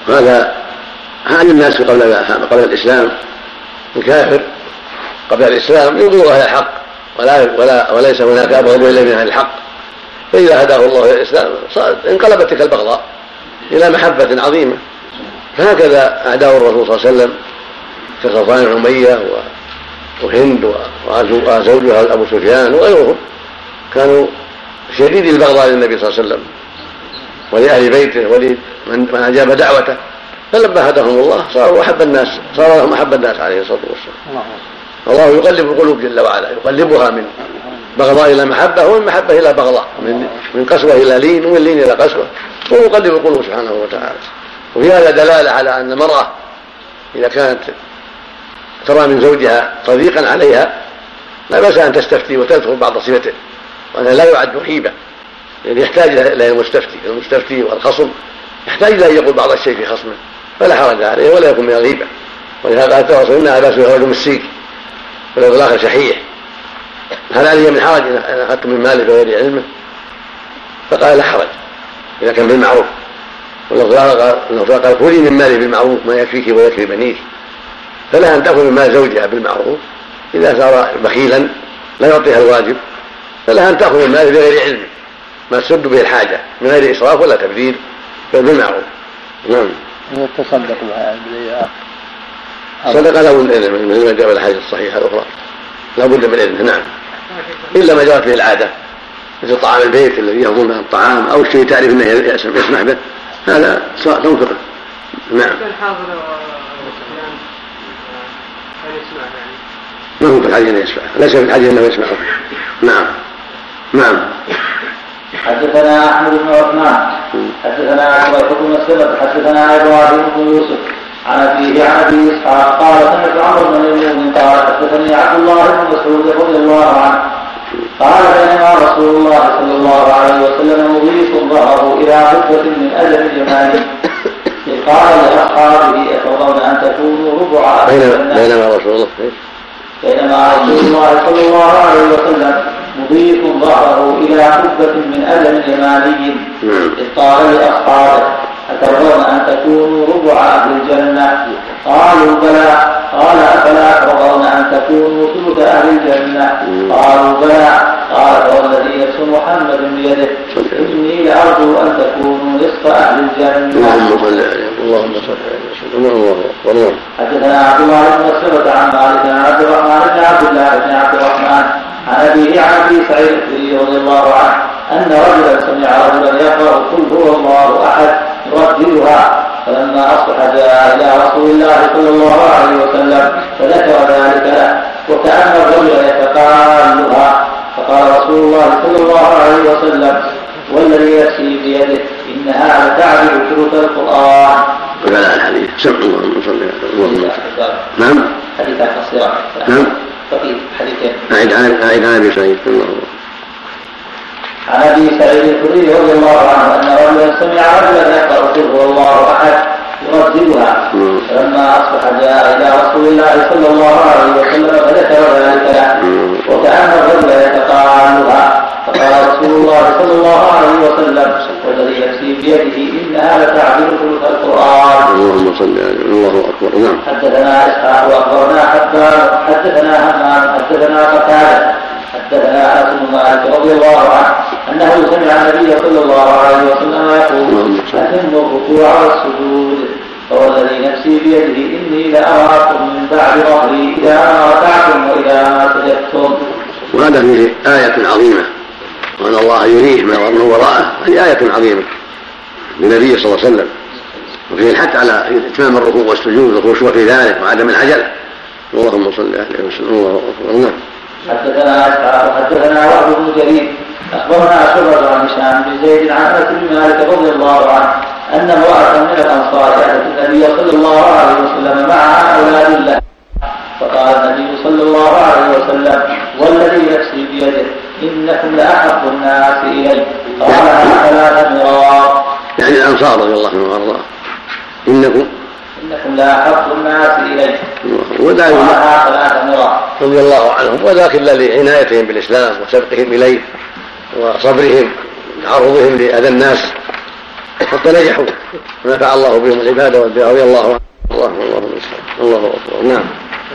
S2: هذا حال الناس قبل الإسلام. الكافر قبل الإسلام يبغض أهل الحق وليس هناك أبغض إلا من أهل الحق، فإذا هداه الله إلى الإسلام انقلبت تلك البغضاء إلى محبة عظيمة. فهكذا أعداء الرسول صلى الله عليه وسلم كصفوان عمية وهند وزوجها أبو سفيان وغيرهم كانوا شديد البغضاء للنبي صلى الله عليه وسلم ولأهل بيته ولمن أجاب دعوته، فلما هداهم الله صار لهم أحب الناس عليه الصلاة والسلام. الله يقلب القلوب جل وعلا، يقلبها من بغضاء إلى محبة ومن محبة إلى بغضاء، من قسوة إلى لين ومن لين إلى قسوة، ويقلب القلوب سبحانه وتعالى. وفي هذا دلالة على أن المرأة إذا كانت ترى من زوجها تضييقا عليها لا بأس أن تستفتي وتذكر بعض صفته، وأنه لا يعد حيبة، لأن يحتاج إلى المستفتي والخصم يحتاج إلى أن يقول بعض الشيء في خصمه، فلا حرج عليه ولا يكون من الغيبة. ولهذا قال الرسول إنها بأس رجل مسيك والإطلاق شحيح، هل علي من حرج إن أخذت من ماله بغير علمه؟ فقال لا حرج إذا كان بالمعروف. والله قال خذي من ماله بالمعروف ما يكفيك ويكفي بنيك، فلا أن تأخذ من مال زوجها بالمعروف إذا صار بخيلا لا يعطيها الواجب، فلا أن تأخذ من ماله بغير علم ما تسد به الحاجة من غير إسراف ولا تبذير، بل بالمعروف. نعم.
S4: وتصدق بها
S2: صدق له الإذن من ما جاء بالحديث الصحيحة الأخرى لا بد من الإذن. نعم، إلا ما جرت به العادة مثل طعام البيت الذي يهضم منه الطعام أو شيء تعرف أنه يسمح به، هذا تنفقه. نعم. ما هو في الحديث أنه يسمعه، ليس في الحديث أنه يسمعه. نعم.
S1: حدثنا أحمد بن عثمان حدثنا عبد بن مسلمة حدثنا إبراهيم بن يوسف عن أبيه عن أبي إسحاق قال سمعت عمرو بن المؤمن قال حدثني عبد الله بن مسعود رضي الله عنه قال بينما رسول الله صلى الله عليه وسلم مضيف ظهره إلى حفة من أجل اليماني إذ قال لأصحابه أترضون أن تكونوا ربع
S2: بينما رسول
S1: الله صلى الله عليه وسلم مضيف ظهره إلى حفة من أجل يماني إذ قال لأصحابه أترضون أن تكونوا ربع أهل الجنة؟ قالوا بلى. قال أفلا ترضون أن تكونوا ثلث أهل الجنة؟ قالوا بلى. قال والذي نفس محمد بيده إني لأرجو أن تكونوا نصف أهل الجنة.
S2: اللهم صل على وسلم.
S1: حدثنا عبد الله بن مسلمة عن مالك عن عبد الرحمن بن عبد الله بن عبد الرحمن عن أبيه عن أبي سعيد الخدري رضي الله عنه أن رجلا سمع رجلا يقرأ قل هو الله أحد يرددها، فلما أصبح جاء إلى رسول الله صلى الله عليه وسلم فذكر ذلك له وكأن الرجل يتقالها، فقال رسول الله صلى الله عليه وسلم والذي نفسي بيده إنها لتعدل ثلث القرآن.
S2: وقال الحديث سمع اللهم صل على. نعم.
S1: حديث قصيرة.
S2: نعم.
S1: فقيل حديثين.
S2: أعيد عن أبي سعيد.
S1: عن أبي سعيد الخدري رضي الله عنه أن رجلا سمع رجلا يقرأ قل هو الله أحد يرددها، فلما أصبح جاء إلى رسول الله صلى الله عليه وسلم فذكر ذلك له وكأن الرجل يتقالها، فقال رسول الله صلى الله عليه وسلم والذي نفسي بيده إنها لتعدل ثلث القرآن.
S2: اللهم صل على. الله أكبر. نعم.
S1: حدثنا إسحاق وأخبرنا حدثنا همام حدثنا قتادة حدثنا أنس بن مالك رضي الله عنه أنه سمع النبي صلى الله عليه وسلم يقول أتم الركوع والسجود، فوالذي نفسي بيده إني لأراكم من بعد ظهري إذا ما ركعتم وإذا ما سجدتم.
S2: وهذا فيه آية عظيمة، وأن الله يريه من وراءه، هذه آية عظيمة للنبي صلى الله عليه وسلم، وفيه الحث على إتمام الركوع والسجود والخشوع في ذلك وعدم العجلة. اللهم صل عليه وسلم. الله أكبر.
S1: حدثنا إسحاق حدثنا وهب بن جرير أخبرنا شعبة عن هشام بن زيد عن أنس بن مالك رضي الله عنه أن امرأة من الأنصار أتت النبي صلى الله عليه وسلم معها أولاد له، فقال النبي صلى الله عليه وسلم والذي نفسي بيده إنكم لأحب الناس إلي. قالها 3 مرات،
S2: يعني الأنصار رضي الله عنهم وأرضاه. إنكم
S1: لأحب الناس إلي.
S2: قالها
S1: 3 مرات
S2: رضي الله عنهم، وذاك إلا لعنايتهم بالإسلام وسبقهم إليه وصبرهم عرضهم لأذى الناس حتى نجحوا ونفع الله بهم العبادة والبيع رضي الله عنه. الله أكبر. نعم.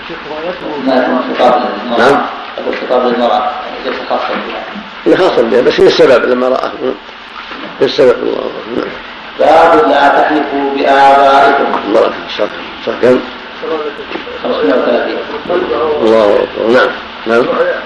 S1: نعم. الخطاب للمرأة ليس خاصا بها.
S2: خاصا بها بس هي السبب لما رأى. هي السبب. الله أكبر.
S1: باب لا تحلفوا بآبائكم.
S2: الله صح كم؟
S1: 530.
S2: الله أكبر. نعم. نعم.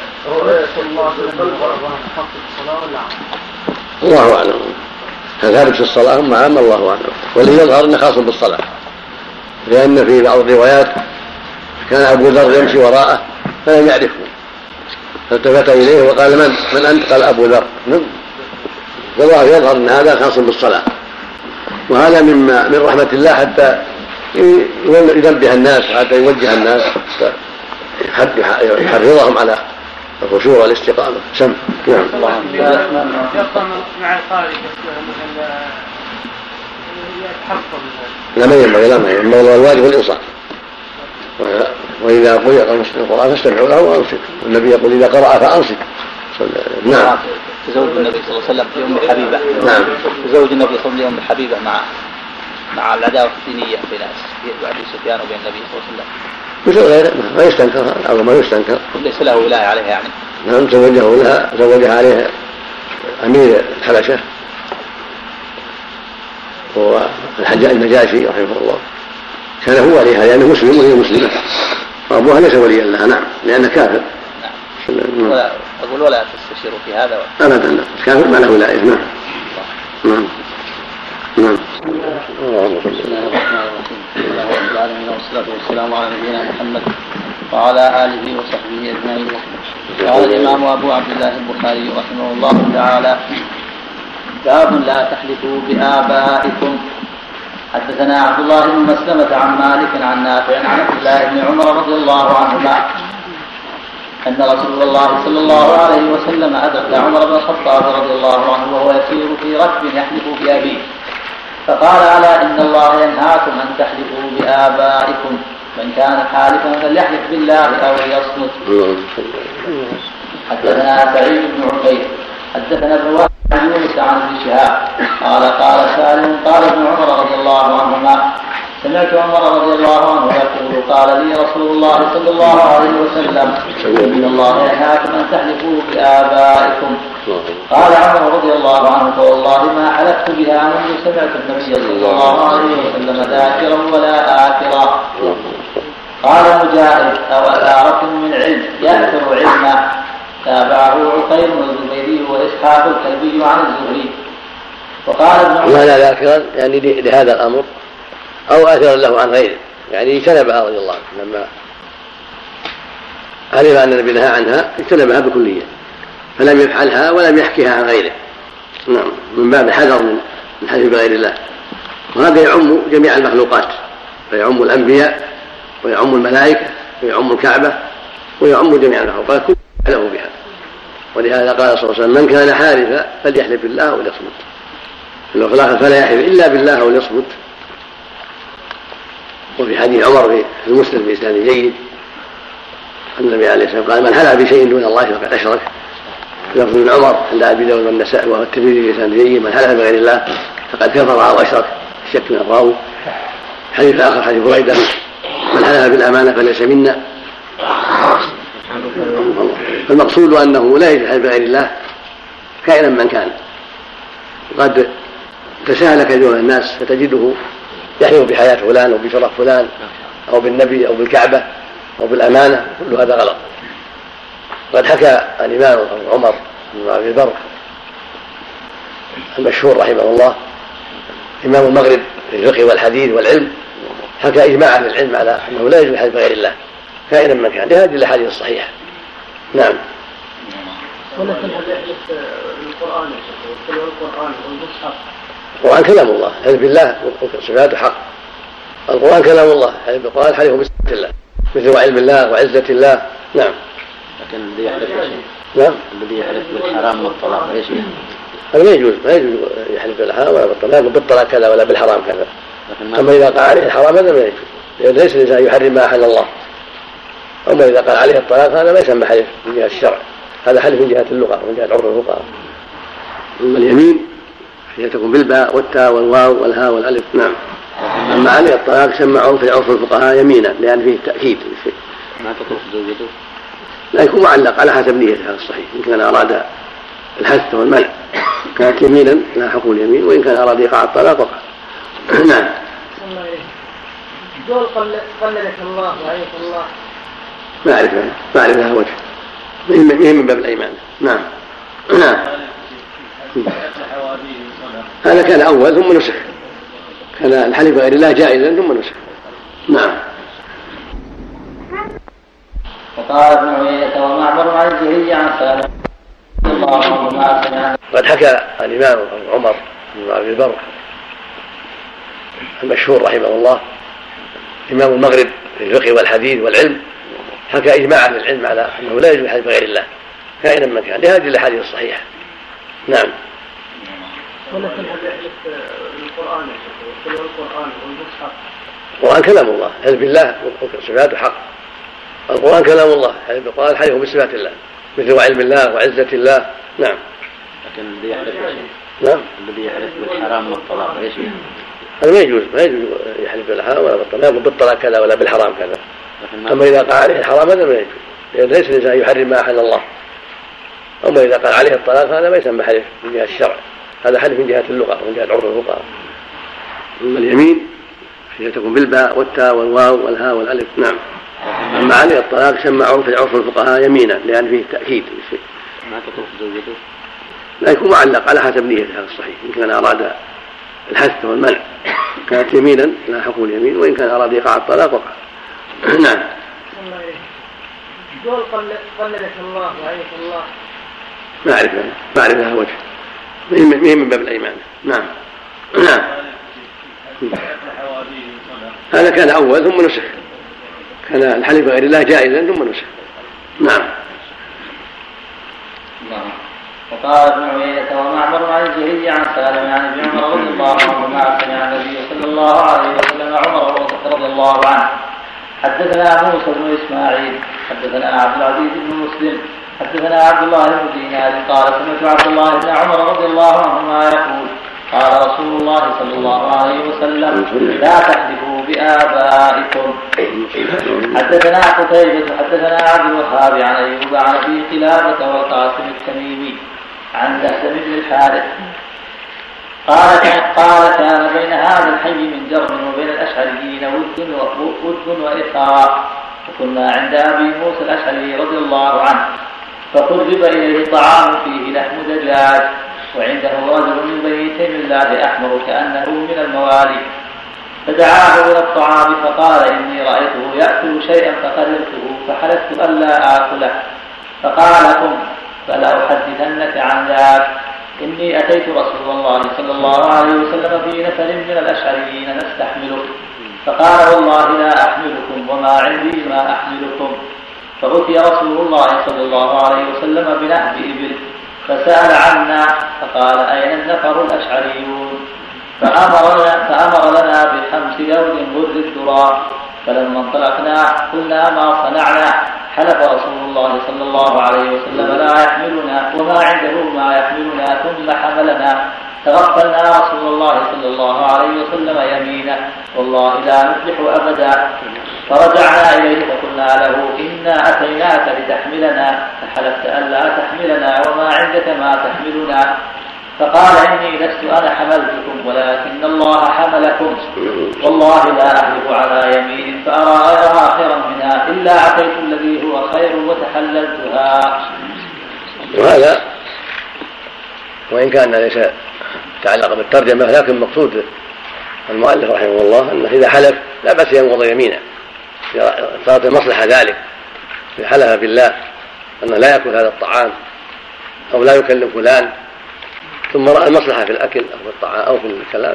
S2: الله أعلم. هل ذلك في الصلاة هم عام؟ الله أعلم. والذي يظهر أنه خاص بالصلاة، لأن في بعض الروايات كان أبو ذر يمشي وراءه فلم يعرفه فالتفت إليه وقال من أنت؟ قال أبو ذر. فالله يظهر أن هذا خاص بالصلاة، وهذا من رحمة الله حتى ينبه الناس وحتى يوجه الناس حتى يحرضهم على الخشوع والاستقامة. سم. نعم.
S5: يبقى مع القارئ مثلا يتحفظ.
S2: لا ما ينبغي الواجب الإنصات، وإذا قرأ القرآن فاستمعوا له وأنصتوا، والنبي يقول إذا قرأ فأنصت. نعم.
S4: تزوج النبي صلى الله عليه وسلم في أم حبيبة.
S2: نعم.
S4: تزوج النبي صلى الله عليه وسلم لأم حبيبة مع العداوة الدينية بين أبي سفيان وبين النبي صلى الله عليه وسلم.
S2: مثل غيره ما يستنكر أو ما يستنكر.
S4: ليس له ولاية عليها يعني.
S2: نعم. زوجها عليه أمير الحبشة هو النجاشي رحمه الله، كان هو عليها لأنه مسلم وهي مسلمة، وأبوها ليس وليا لها. نعم. لأنه كافر.
S4: نعم. ولا تستشيروا في هذا
S2: أبدا. كافر ما له ولاية. نعم. نعم. نعم.
S4: بسم الله الرحمن الرحيم. الله رب العالمين والصلاة والسلام على نبينا محمد وعلى آله وصحبه أجمعين. قال الإمام أبو عبد الله البخاري رحمه الله تعالى: باب لا تحلفوا بآبائكم. حدثنا عبد الله بن مسلمة عن مالك عن نافع عن عبد الله بن عمر رضي الله عنهما أن رسول الله صلى الله عليه وسلم أدرك عمر بن الخطاب رضي الله عنه وهو يسير في ركب يحلف بأبيه، فقال: ألا إن الله ينهاكم أن تحلفوا بآبائكم، من كان حالفا فليحلف بالله أو ليصمت. حدثنا سعيد بن عبيد حدثنا ابن وهب عن يونس عن ابن شهاب قال سالم قال ابن عمر رضي الله عنهما: سمعت عمر رضي الله عنه يقول: قال لي رسول الله صلى الله عليه وسلم: إن الله ينهاكم أن تحلفوا بآبائكم. قال عمر رضي الله عنه: فوالله ما حلفت بها منذ سمعت النبي صلى الله عليه وسلم ذاكرا ولا آكرا. قال مجاهد: أو أثارة من علم يأثر علما. تابعه عقيل الزبيري وإسحاق الكلبي عن الزهري. وقال ابن عمر:
S2: لا ذاكرا يعني لهذا الأمر، أو آثرا له عن غيره، يعني اجتنبها رضي الله عنه لما علم أن النبي نهى عنها اجتنبها بكلية، فلم يفعلها ولم يحكيها عن غيره. نعم. من باب الحذر من الحلف بغير الله، وهذا يعم جميع المخلوقات، فيعم الأنبياء ويعم الملائكة ويعم الكعبة ويعم جميع المخلوقات كل له بها. ولهذا قال صلى الله عليه وسلم: من كان حالفا فليحلف بالله أو ليصمت. فلا يحلف إلا بالله أو ليصمت. وفي حديث عمر في المسلم بإسناد جيد النبي عليه الصلاة والسلام قال: من حلف بشيء دون الله فقد أشرك. لفظ ابن عمر عند أبي داود والنسائي وهو الترمذي بإسناد جيد: من حلف بغير الله فقد كفر أو أشرك. الشك من الراوي. حديث آخر حديث بريدة: من حلف بالأمانة فليس منا. فالمقصود أنه لا يجوز الحلف بغير الله كائنا من كان. قد تساهل كثير من الناس فتجده يحلف بحياة فلان أو بشرف فلان أو بالنبي أو بالكعبة أو بالأمانة، كل هذا غلط. قد حكى الإمام عمر بن أبي البر المشهور رحمه الله إمام المغرب في الفقه والحديث والعلم، حكى إجماع أهل العلم على أنه لا يجوز الحلف بغير الله كائنا من كان، لهذه الأحاديث الصحيحة. نعم.
S5: ولا تنحب يحلف القرآن يقول القرآن والمصحف.
S2: القرآن كلام الله، حلف بالله وصفاته حق. القرآن كلام الله، حلف بالقرآن حلف بصفات الله مثل علم الله وعزة الله. نعم.
S4: لكن الذي يحلف
S2: نعم.
S4: الذي يحلف بالحرام والطلاق ايش يعني؟
S2: هذا ما يجوز يحلف بالحرام ولا بالطلاق، بالطلاق كذا ولا بالحرام كذا. أما إذا قال عليه الحرام هذا ما يجوز، لأن ليس الإنسان يحرم ما أحل الله. أما إذا قال عليه الطلاق هذا ما يسمى حلف من جهة الشرع، هذا حلف من جهة اللغة ومن جهة عرف الفقهاء. أما اليمين هي تكون بالباء والتاء والواو والهاء والالف. نعم. اما عليه الطلاق سمعوا في عرف الفقهاء يمينا لان فيه تاكيد للشيء.
S3: ما تطلق زوجته؟
S2: لا، يكون معلق على حسب نيته هذا الصحيح. ان كان اراد الحث والمنع كانت يمينا لا حكم اليمين، وان كان اراد ايقاع الطلاق وقع. نعم.
S5: قول قلدك الله وعيك الله
S2: ما اعرف لها وجه، من باب الايمان. نعم. نعم. هذا كان اول ثم نسخ، كان الحلف غير الله جائزا ثم نسخ. نعم.
S1: وقال ابن عيينة ومعمر عن الزهري عن سالم
S2: قد حكى الإمام عمر بن عبد البر المشهور رحمه الله إمام المغرب في الفقه والحديث والعلم، حكى إجماع أهل العلم على أنه لا يجوز الحلف غير الله كائنا من كان لهذه الأحاديث الصحيحة. نعم.
S5: ولكن هل يحلف بالقرآن والقرآن والمصحف؟
S2: القرآن كلام الله، حلف بالله وصفاته حق. القرآن كلام الله، حلف بالقرآن حلف بصفات الله مثل وعلم الله وعزة الله. نعم.
S3: لكن الذي يحلف
S2: نعم.
S3: الذي يحلف بالحرام والطلاق ايش؟
S2: هذا ما يجوز يحلف بالحرام ولا بالطلاق، لا بالطلاق كذا ولا بالحرام كذا. أما إذا قال عليه الحرام هذا ما يجوز، لأن ليس الإنسان يحرم ما أحل الله. أما إذا قال عليه الطلاق هذا ما يسمى حلف من جهة الشرع، هذا حلف من جهة اللغة ومن جهة عرف الفقهاء. أما اليمين هي تكون بالباء والتاء والواو والهاء والألف. نعم. أما عليه الطلاق سمعوا في عرف الفقهاء يمينا لأن فيه تأكيد للشيء.
S3: ما تطلق زوجته؟
S2: لا، يكون معلق على حسب نيته هذا الصحيح. إن كان أراد الحث والمنع كانت يمينا لا حكم اليمين، وإن كان أراد إيقاع الطلاق وقع. نعم.
S5: قول قلدك الله وعيك الله
S2: ما أعرف لها وجه، من باب الأيمان. نعم. نعم. هذا كان أول ثم نسخ، كان الحلف غير الله جائزا ثم نسخ. نعم.
S1: وقال ابن عيينة ومعمر عن الزهري عن سالم عن ابن عمر رضي الله عنهما سمع النبي صلى الله عليه وسلم عمر رضي الله عنه. حدثنا موسى بن إسماعيل حدثنا عبد العزيز بن مسلم حدثنا عبد الله بن دينار قال سمعت عبد الله بن عمر رضي الله عنهما يقول قال رسول الله صلى الله عليه وسلم لا تحلفوا بآبائكم. حدثنا قتيبة حدثنا عبد الوهاب عن أيوب عن أبي قلابة والقاسم التميمي عن دهشم بن الحارث قال كان بين هذا الحي من جرم وبين الأشعريين ود وإخاء، وكنا عند أبي موسى الأشعري رضي الله عنه فقرب إليه طعام فيه لحم دجاج، وعنده رجل من بني تيم الله أحمر كأنه من الموالي، فدعاه إلى الطعام فقال إني رأيته يأكل شيئا فقدرته فحلفت ألا آكله، فقال قم فلا أحدثنك عن ذلك، إني أتيت رسول الله صلى الله عليه وسلم في نفر من الأشعريين نستحملك، فقال والله لا أحملكم وما عندي ما أحملكم، فأتي رسول الله صلى الله عليه وسلم بنهب إبل فسأل عنا فقال أين النفر الأشعريون، فأمر لنا ب5 جود غر الذرة، فلما انطلقنا قلنا ما صنعنا، حلف رسول الله صلى الله عليه وسلم لا يحملنا وما عنده ما يحملنا، ثم حملنا، تغفلنا رسول الله صلى الله عليه وسلم يمينه والله لا نفلح أبدا، فرجعنا إليه فقلنا له إنا أتيناك لتحملنا فحلفت ألا تحملنا وما عندك ما تحملنا، فقال إني لست أنا حملتكم ولكن الله حملكم، والله لا أحلف على يمين فأرى غيرها خيرا منها إلا أتيت الذي هو خير وتحللتها.
S2: وهذا وإن كان ليس تعلق بالترجمة لكن مقصود المؤلف رحمه الله أنه إذا حلف لا بأس ينقض يمينه إذا صارت المصلحة ذلك، إذا حلف بالله أنه لا يأكل هذا الطعام أو لا يكلم فلان ثم رأى المصلحة في الأكل أو في الطعام أو في الكلام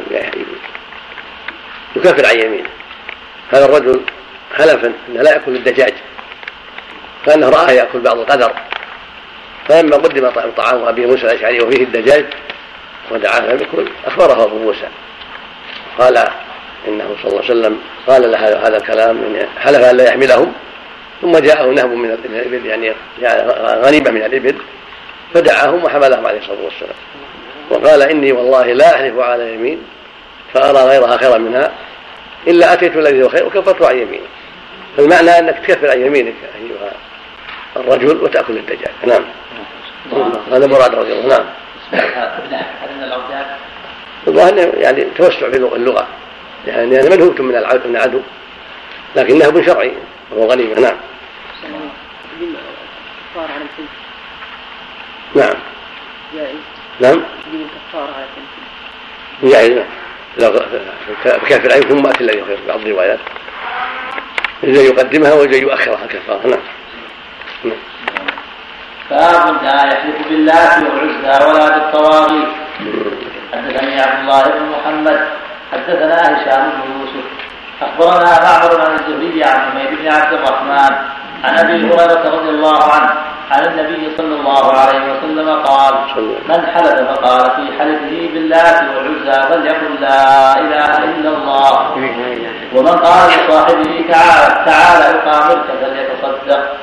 S2: يكفر عن يمينه. هذا الرجل حلف أنه لا يأكل الدجاج فأنه رآه يأكل بعض القدر، فلما قدم طعام أبي موسى الأشعري وفيه الدجاج ودعاه يأكل أخبره أبو موسى قال إنه صلى الله عليه وسلم قال له هذا الكلام حلف أن لا يحملهم، ثم جاءه نهب من الإبل يعني غنيمة من الإبل فدعاهم وحملهم عليه الصلاة والسلام. وقال إني والله لا أحلف على يمين فأرى غيرها خيرا منها إلا أتيت الذي هو خير وكفرت عن يمينه. فالمعنى أنك تكفر عن يمينك أيها الرجل وتأكل الدجاج. نعم. هذا مراد رضي الله. نعم. الظاهر يعني توسع في اللغة يعني منهوبة من العدو لكنه ابن شرعي وهو غنيمة. نعم. نعم. نعم. جائز. لو كافر عين ثم أتي الذي خير في بعض الروايات إذا يقدمها وإذا يؤخرها الكفارة. نعم.
S1: باب لا يحلف بالله والعزى ولا بالطواغيت. حدثني عبد الله بن محمد حدثنا هشام بن يوسف اخبرنا معمر عن الزهري عن حميد بن عبد الرحمن عن ابي هريره رضي الله عنه عن النبي صلى الله عليه وسلم قال: من حلف فقال في حلفه بالله والعزى فليقل لا اله الا الله، ومن قال لصاحبه تعال اقامرك فليتصدق.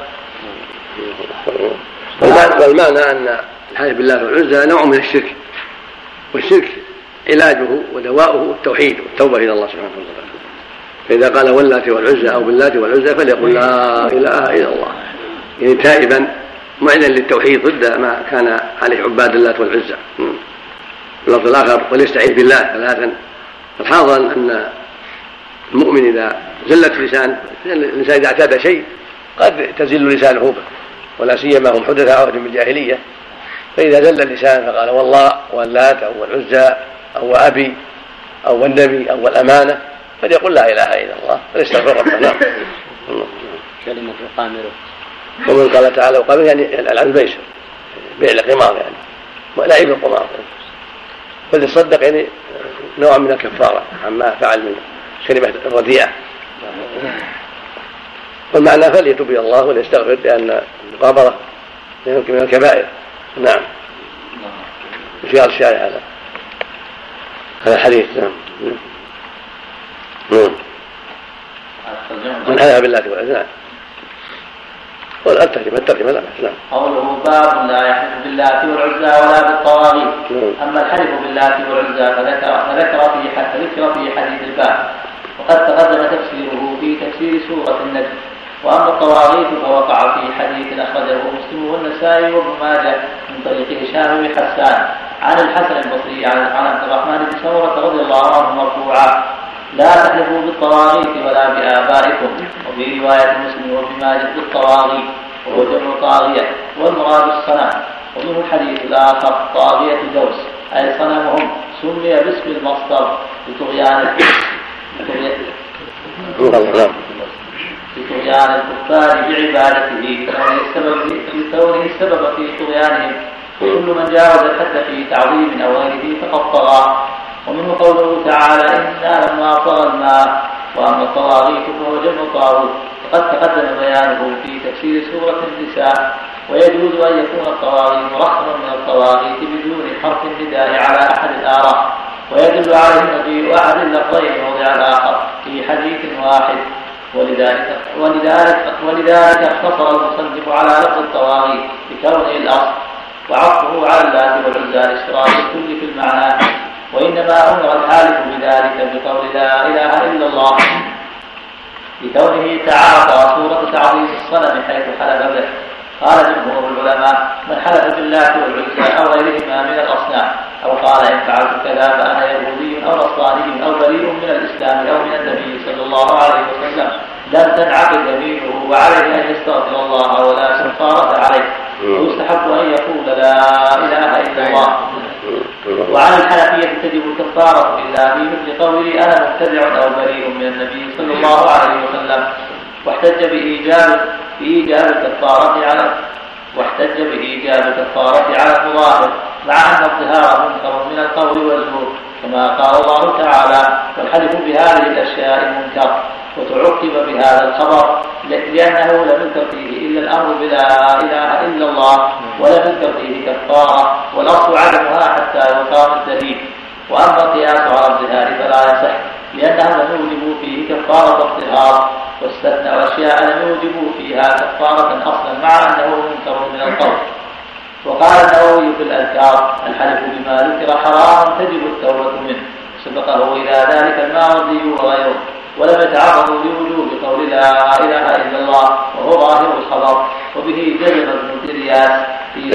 S2: والمعنى أن الحلف بالله والعزى نوع من الشرك، والشرك علاجه ودواؤه التوحيد والتوبة إلى الله سبحانه وتعالى. فإذا قال واللات والعزى أو باللات والعزى فليقل لا إله إلا الله، يعني تائبا معلنا للتوحيد ضد ما كان عليه عباد اللات والعزى. اللفظ الآخر وليستعيذ بالله ثلاثا. الحاضر أن المؤمن إذا زلت لسان الإنسان إذا اعتاد شيء قد تزل لسانه به، ولا سيما هم حدث عهد من الجاهلية، فإذا زل اللسان فقال والله واللات أو العزى أو أبي أو النبي أو الأمانة فليقول لا إله إلا الله فليستغفر ربنا.
S3: كلمة يقامره.
S2: ومن قال تعالى وقامر يعني العنبيش بيع القمار يعني ولعب القمار، فليصدق يعني نوع من الكفارة عما فعل من كلمة رديئة. والمعنى فليتوب إلى الله وليستغفر لأن المغامرة يمكن من الكبائر. نعم. في الشارع هذا الحديث. نعم. من حلف بالله والعزى. نعم. والترجمة لا بأس. نعم.
S1: قوله باب لا يحلف بالله والعزى ولا بالطواغيت. أما الحلف بالله والعزى فذكر في حديث الباب، وقد تقدم تفسيره في تفسير سورة النجم. وأما الطواغيت فوقع في حديث أخرجه مسلم والنسائي وابن ماجه من طريق هشام بن حسان عن الحسن البصري عن عبد الرحمن بن سمرة رضي الله عنه مرفوعا: لا تحلفوا بالطواغيت ولا بآبائكم. وفي رواية مسلم وابن ماجه بالطواغيت وهو جمع طاغية والمراد الصنم. ومنه الحديث الآخر طاغية دوس أي صنمهم سمي باسم المصدر لطغيان الكفار بعبادته لكونه السبب في طغيانهم، وكل من جاوز الحد في تعظيم أو غيره فقد طغى. ومنه قوله تعالى: إنا لما طغى الماء. وأما الطواغيت فهو جمع طاغوت، وقد تقدم بيانه في تفسير سورة النساء. ويجوز أن يكون الطواغيت مرخما من الطواغيت بدون حرف النداء على أحد الآراء، ويدل عليه مجيء أحد اللفظين موضع الآخر في حديث واحد. ولذلك اختصر المصنف على لفظ الطواغيت بكونه الأصل، وعطفه على اللات والعزى لاشتراك الكل في المعنى. وإنما أمر الحالف بذلك بقول لا إله إلا الله بكونه تعاطى صورة تعظيم الصنم حيث حلف به. قال جمهور العلماء: من حلف بالله والعزى أو غيرهما من الأصنام أو قال إن فعلت كذا فأنا يهودي أو نصراني أو بريء من الإسلام أو من النبي صلى الله عليه وسلم لم تنعقد يمينه، وعليه أن يستغفر الله ولا كفارة عليه، ويستحب أن يقول لا إله إلا الله. وعلى الحنفية تجب الكفارة بالله في مثل قوله أنا مبتدع أو بريء من النبي صلى الله عليه وسلم، واحتج بإيجاب الكفارة على المظاهر، مع أن الظهار منكر من القول والزور، كما قال الله تعالى: والحلف بهذه الأشياء منكر. وتعقب بهذا الخبر لأنه لم يذكر فيه إلا الأمر بلا إله إلا الله، ولم يذكر فيه كفارة، والأصل عدمها حتى يقام الدليل. وأما القياس على الظهار فلا يصح، لأنهم لم يوجبوا فيه كفارة الظهار، واستثنوا أشياء لم يوجبوا فيها كفارة أصلا، مع أنه منكر من القول. وقال النووي في الأذكار: الحلف بما ذكر حرام تجب التوبة منه، سبقه إلى ذلك الماضي وغيره، ولم يتعرضوا لوجوب قول لا إله إلا الله وهو ظاهر الخبر. وبه جزم ابن درياس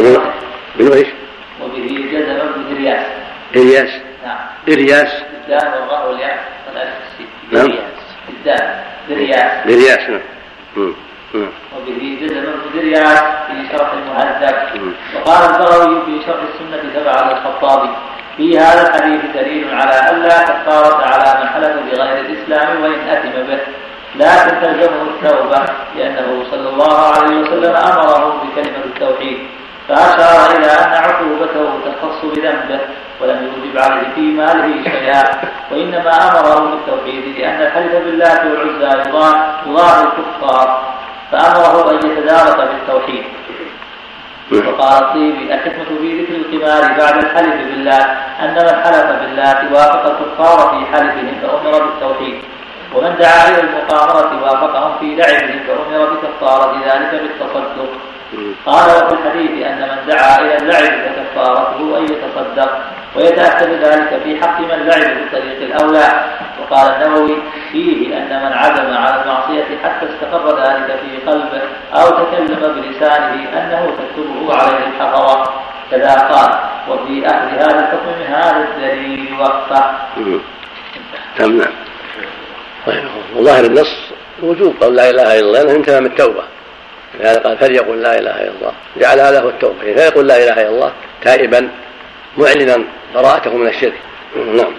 S1: وبه جزم ابن درياس
S2: إرياس.
S1: نعم.
S2: إرياس.
S1: الدال والراء والياء والألف
S2: نعم.
S1: الدال درياس.
S2: درياس. نعم.
S1: وبه جزم ابن درياس في شرح المهذب. وقال البغوي في شرح السنة تبع الخطابي: في هذا الحديث دليل على ألا كفارة على من حلف بغير الإسلام وإن أثم به، لكن تلزمه التوبة، لأنه صلى الله عليه وسلم أمره بكلمة التوحيد، فأشار إلى أن عقوبته تختص بذنبه ولم يوجب عليه في ماله شيئا، وإنما أمره بالتوحيد لأن الحلف بالله والعزى يضاهي الكفار، فأمره أن يتدارك بالتوحيد. وقال الطيبي: الحكمة في ذكر القمار بعد الحلف بالله أن من حلف بالله وافق الكفار في حلفهم فأمر بالتوحيد، ومن دعا إلى المقامرة وافقهم في لعبهم فأمر بكفارة ذلك بالتصدق. قال: وفي الحديث أن من دعا إلى اللعب فكفارته أن يتصدق، ويتأكد ذلك في حق من لعب بالطريق الأولى. وقال النووي: فيه أن من عزم على المعصية حتى استقر ذلك في قلبه أو تكلم بلسانه أنه تكتبه عليه الحفرة، كذا قال. وفي أخذ هذا الحكم من هذا الدليل وقفه.
S2: تمام. وظاهر النص وجوب قول لا إله إلا الله، لأنه انتهى من التوبة، لهذا قال: فليقل لا إله إلا الله، جعلها له التوبة، فيقول لا إله إلا الله تائبا معلنا براءته من الشرك. نعم.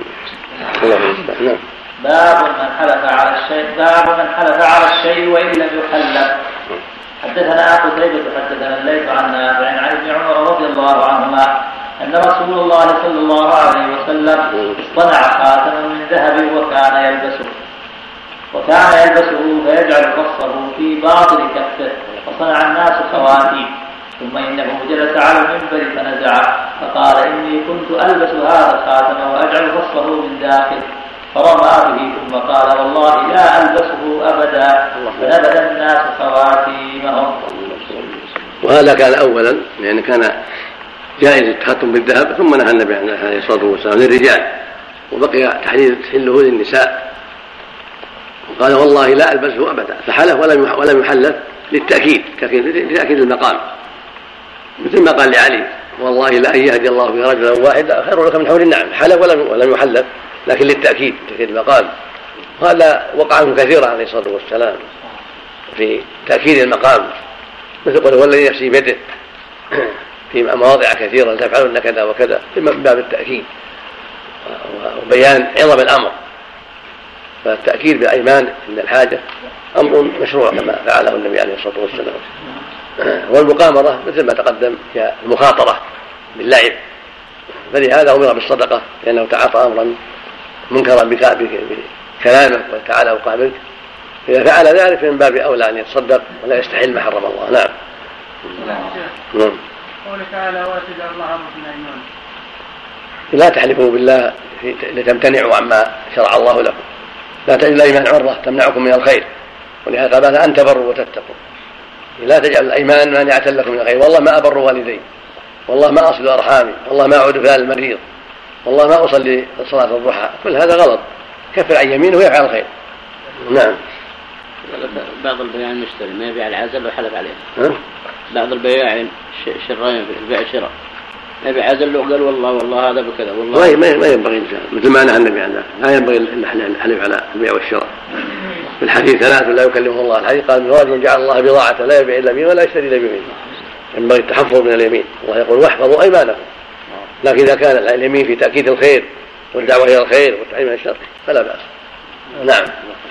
S1: باب من حلف على الشيء وإن لم يحلف. حدثنا قتيبة حدثنا الليث عن نافع عن ابن عمر رضي الله عنهما أن رسول الله صلى الله عليه وسلم اصطنع خاتما من ذهب وكان يلبسه فيجعل قصه في باطن كفه، فصنع الناس خواتيم. ثم إنه جلس على المنبر فنزعه فقال: إني كنت ألبس هذا الخاتم وأجعل قصه من داخل، فرمى به ثم قال: والله لا ألبسه أبدا، فنبذ الناس خواتيمهم.
S2: وهذا كان أولا، لأن كان جائز التختم بالذهب، ثم نهى النبي عليه الصلاة والسلام للرجال، وبقي تحله للنساء، وقال: والله لا ألبسه أبدا، فحلف ولم يحلف للتأكيد، لتأكيد المقام، مثل ما قال لعلي: والله لا أن يهدي الله بك رجلا واحدا خير لك من حمر النعم. حلف ولم يحلف، لكن للتأكيد، تأكيد المقام. وهذا وقع عنه كثيرا عليه الصلاة والسلام في تأكيد المقام، مثل قوله: والذي نفسي بيده، في مواضع كثيرة: تفعلون كذا وكذا، من باب التأكيد وبيان عظم الأمر. فالتأكيد بالأيمان عند الحاجة أمر مشروع كما فعله النبي عليه الصلاة والسلام. والمقامرة مثل ما تقدم هي المخاطرة باللعب، فلهذا أمر بالصدقة، لأنه تعاطى أمرا منكرا بكلامه وتعالى أقابلك، إذا فعل ذلك من باب أولى أن يتصدق ولا يستحل ما حرم الله. نعم.
S7: قوله تعالى: ولا تجعلوا الله عرضة أيمانكم.
S2: لا تحلفوا بالله لتمتنعوا عما شرع الله لكم، لا تجعلوا الأيمان عرضة تمنعكم من الخير، ولهذا قال: أن تبروا وتتقوا. لا تجعل الأيمان مانعة لكم من الخير، والله ما أبر والدي، والله ما أصل أرحامي، والله ما أعود فلان المريض، والله ما أصلي صلاة الضحى. كل هذا غلط، كفر عن يمينه ويفعل الخير. نعم.
S6: بعض البياعين المشتري ما يبيع العزل وحلف عليه. بعض البياعين شرين في البيع شراء ما يبيع عزل وقال والله هذا بكذا، والله
S2: ما ينبغي الإنسان، مثل ما نهى النبي عن ذلك، لا ينبغي الحلف على البيع والشراء. في الحديث 3 لا يكلمه الله. الحديث قال: من رجل جعل الله بضاعة لا يبيع إلا بيمين ولا يشتري إلا بيمين. ينبغي التحفظ من اليمين، الله يقول: واحفظوا أيمانكم. لكن إذا كان اليمين في تأكيد الخير والدعوة إلى الخير والتعليم عن الشر فلا بأس. نعم.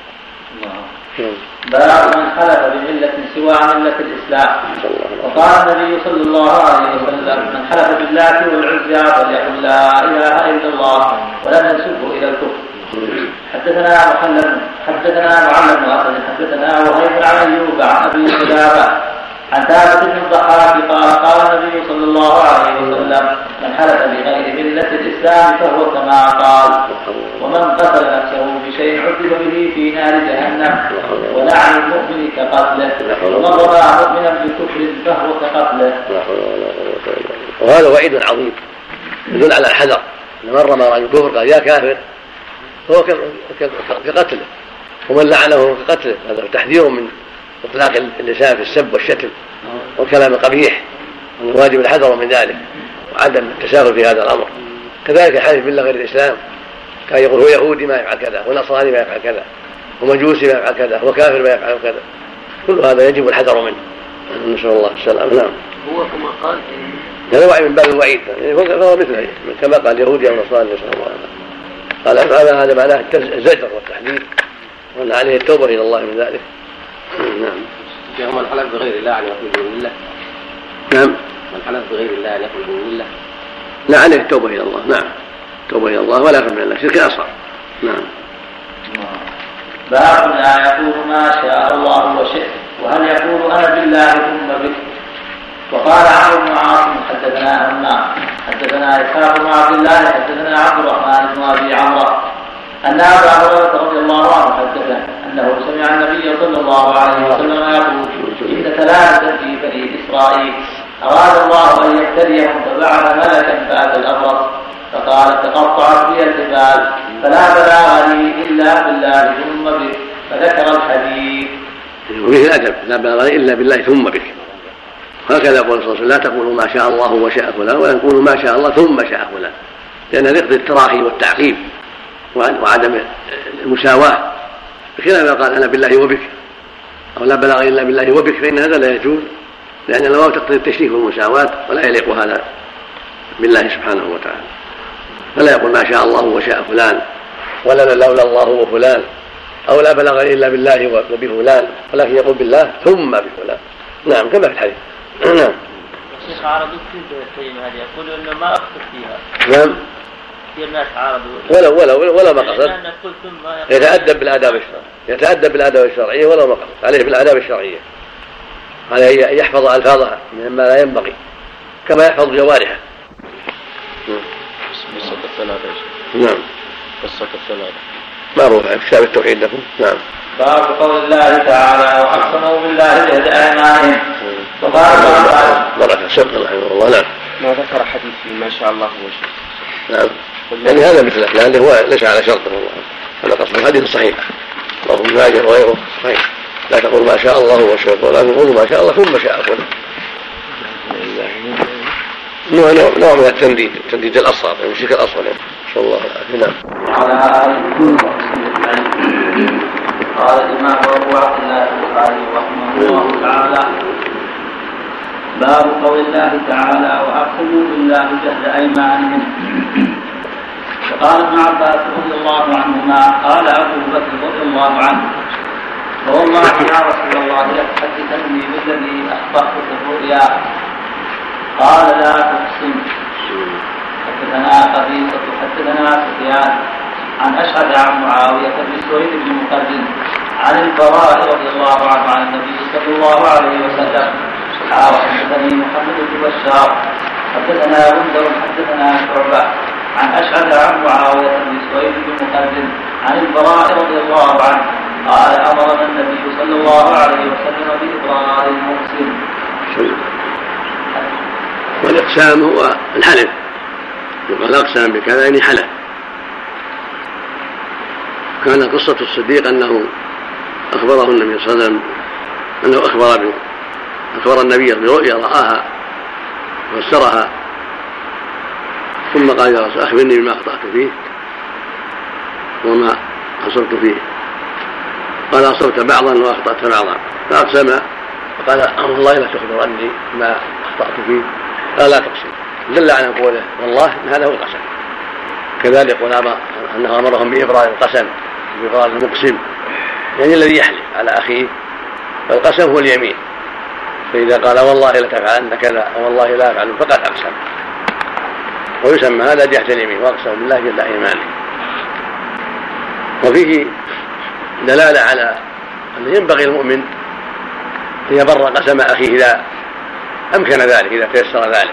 S1: باب من حلف بملة سوى ملة الإسلام. وقال النبي صلى الله عليه وسلم: من حلف بالله والعزى فليقل لا إله إلا الله ولم ينسبه إلى الكفر. حدثنا معل بن أسد حدثنا وهيب عن أيوب عن أبي قلابة عن ثابت بن الضحاك قال قال النبي صلى الله عليه وسلم من حلف بغير ملة الإسلام فهو كما قال ومن قتل نفسه بشيء عذب به في نار جهنم ولعن المؤمن كقتله ومن رمى مؤمنا بكفر فهو كقتله.
S2: وهذا وعيد عظيم يدل على الحذر. من رمى رجل كفر قال يا كافر هو كقتله ومن لعنه كقتله. هذا تحذير من إطلاق اللسان في السب والشتم والكلام القبيح والواجب الحذر من ذلك وعدم التساهل في هذا الأمر. كذلك الحلف بالله غير الإسلام كان يقول هو يهودي ما يفعل كذا ونصراني ما يفعل كذا ومجوسي ما يفعل كذا وكافر ما يفعل كذا. كل هذا يجب الحذر منه. نسأل الله السلامة. نعم.
S6: هو كما قال
S2: هذا وعي من باب الوعيد فهو مثله كما قال يهودي أو نصراني نسأل الله. قال هذا معناه الزجر والتحذير وأن عليه التوبة إلى الله من ذلك. نعم.
S3: يوم الحلف بغير الله أن يخرج من الله.
S2: نعم.
S3: من حلف بغير الله أن يخرج من الله.
S2: لا عليه التوبة إلى الله. نعم. توبة إلى الله ولا يخرج من الله شرك أصغر. نعم.
S1: باب لا يقول ما شاء الله وشئت وهل يقول أنا بالله ثم بك. وقال عمرو بن عاصم حدثنا همام حدثنا إسحاق بن عبد الله حدثنا عبد الرحمن بن أبي عمرو أن أبا هريرة رضي الله عنه حدثه أنه سمع النبي صلى الله عليه وسلم يقول إن ثلاثة في بني إسرائيل أراد الله أن يبتليهم فبعث ملكا فأتى الأبرص فقال تقطعت بي الجبال فلا بلاغ لي إلا بالله ثم بك فذكر الحديث.
S2: وفيه الأدب لا بلاغ لي إلا بالله ثم بك. هكذا يقول صلى الله عليه وسلم لا تقولوا ما شاء الله وشاء فلان ولا تقولوا ما شاء الله ثم شاء فلان لأن يقتضي التراخي والتعقيب وعدم المساواة بخلاف ما قال أنا بالله وبك أو لا بلاغ إلا بالله وبك فإن هذا لا يجوز لأن الواو تقتضي التشريف والمساواة ولا يليق هذا بالله سبحانه وتعالى. فلا يقول ما شاء الله وشاء فلان ولا لولا الله وفلان أو لا بلغ إلا بالله وبفلان ولكن يقول بالله ثم بفلان. نعم كما في الحديث. نعم.
S5: الشيخ عرضوا كثير بالكلمة هذه يقولوا إنه ما أخطأ فيها.
S2: نعم.
S5: كثير ناس عارضوا.
S2: ولا ما قصد. يتأدب بالآداب الشرعية ولا ما قصد عليه بالآداب الشرعية. عليه يحفظ ألفاظها مما لا ينبغي كما يحفظ جوارحه.
S3: قصة الثلاثة.
S2: نعم.
S3: قصة الثلاثة.
S2: معروفة في كتاب التوحيد لكم. نعم.
S1: باب قول الله تعالى وأقسموا بالله جهد أيمانهم وقال
S2: بركة سبق رحمه الله. نعم.
S3: ما ذكر حديث ما شاء الله وشئت.
S2: نعم. يعني هذا مثله لأنه هو ليس على شرط الله. هذا قصد الحديث صحيح. اللهم هاجر وغيره صحيح. لا تقول ما شاء الله وشئت ولكن قولوا ما شاء الله ثم شاء فلان. نوع من التنديد الأصغر المشرك الأصغر صلى الله عليه وسلم.
S1: قال الإمام أبو عبد الله البخاري رحمه الله تعالى باب قول الله تعالى وأقسموا بالله جهد أيمانهم. وقال ابن عباس رضي الله عنهما قال أبو بكر رضي الله عنه فوالله يا رسول الله لتحدثني بالذي أخبرت في الرؤيا. قال لا تقسم. حدثنا قبيصة حدثنا سفيان عن أشهد عن معاوية بن سويد بن مقدم عن البراء رضي الله عنه عن النبي صلى الله عليه وسلم. حدثني محمد بن بشار حدثنا بندر حدثنا شعبة عن أشهد عن معاوية بن سويد بن مقدم عن البراء رضي الله عنه قال أمرنا النبي صلى الله عليه وسلم بإبرار المقسم.
S2: والإقسام هو الحلف يقال أقسم بكذا يعني حلف. كان قصة الصديق أنه أخبره النبي صلى الله عليه وسلم أنه أخبر النبي برؤيا رآها وفسرها ثم قال يا رسول أخبرني بما أخطأت فيه وما أصبت فيه. قال أصبت بعضا وأخطأت بعضا فأقسم فقال والله لا تخبر عني ما أخطأت فيه. قال لا تقسم دل على قوله والله هذا هو القسم. كذلك أنه أمرهم بإبرار القسم بإبرار المقسم يعني الذي يحلف على أخيه فالقسم هو اليمين. فإذا قال والله لتفعلن كذا والله لا أفعل فقد أقسم ويسمى هذا جهة اليمين وأقسم بالله جل أيمانه. وفيه دلالة على أن ينبغي المؤمن يبر قسم أخيه إذا أمكن ذلك، إذا تيسر ذلك،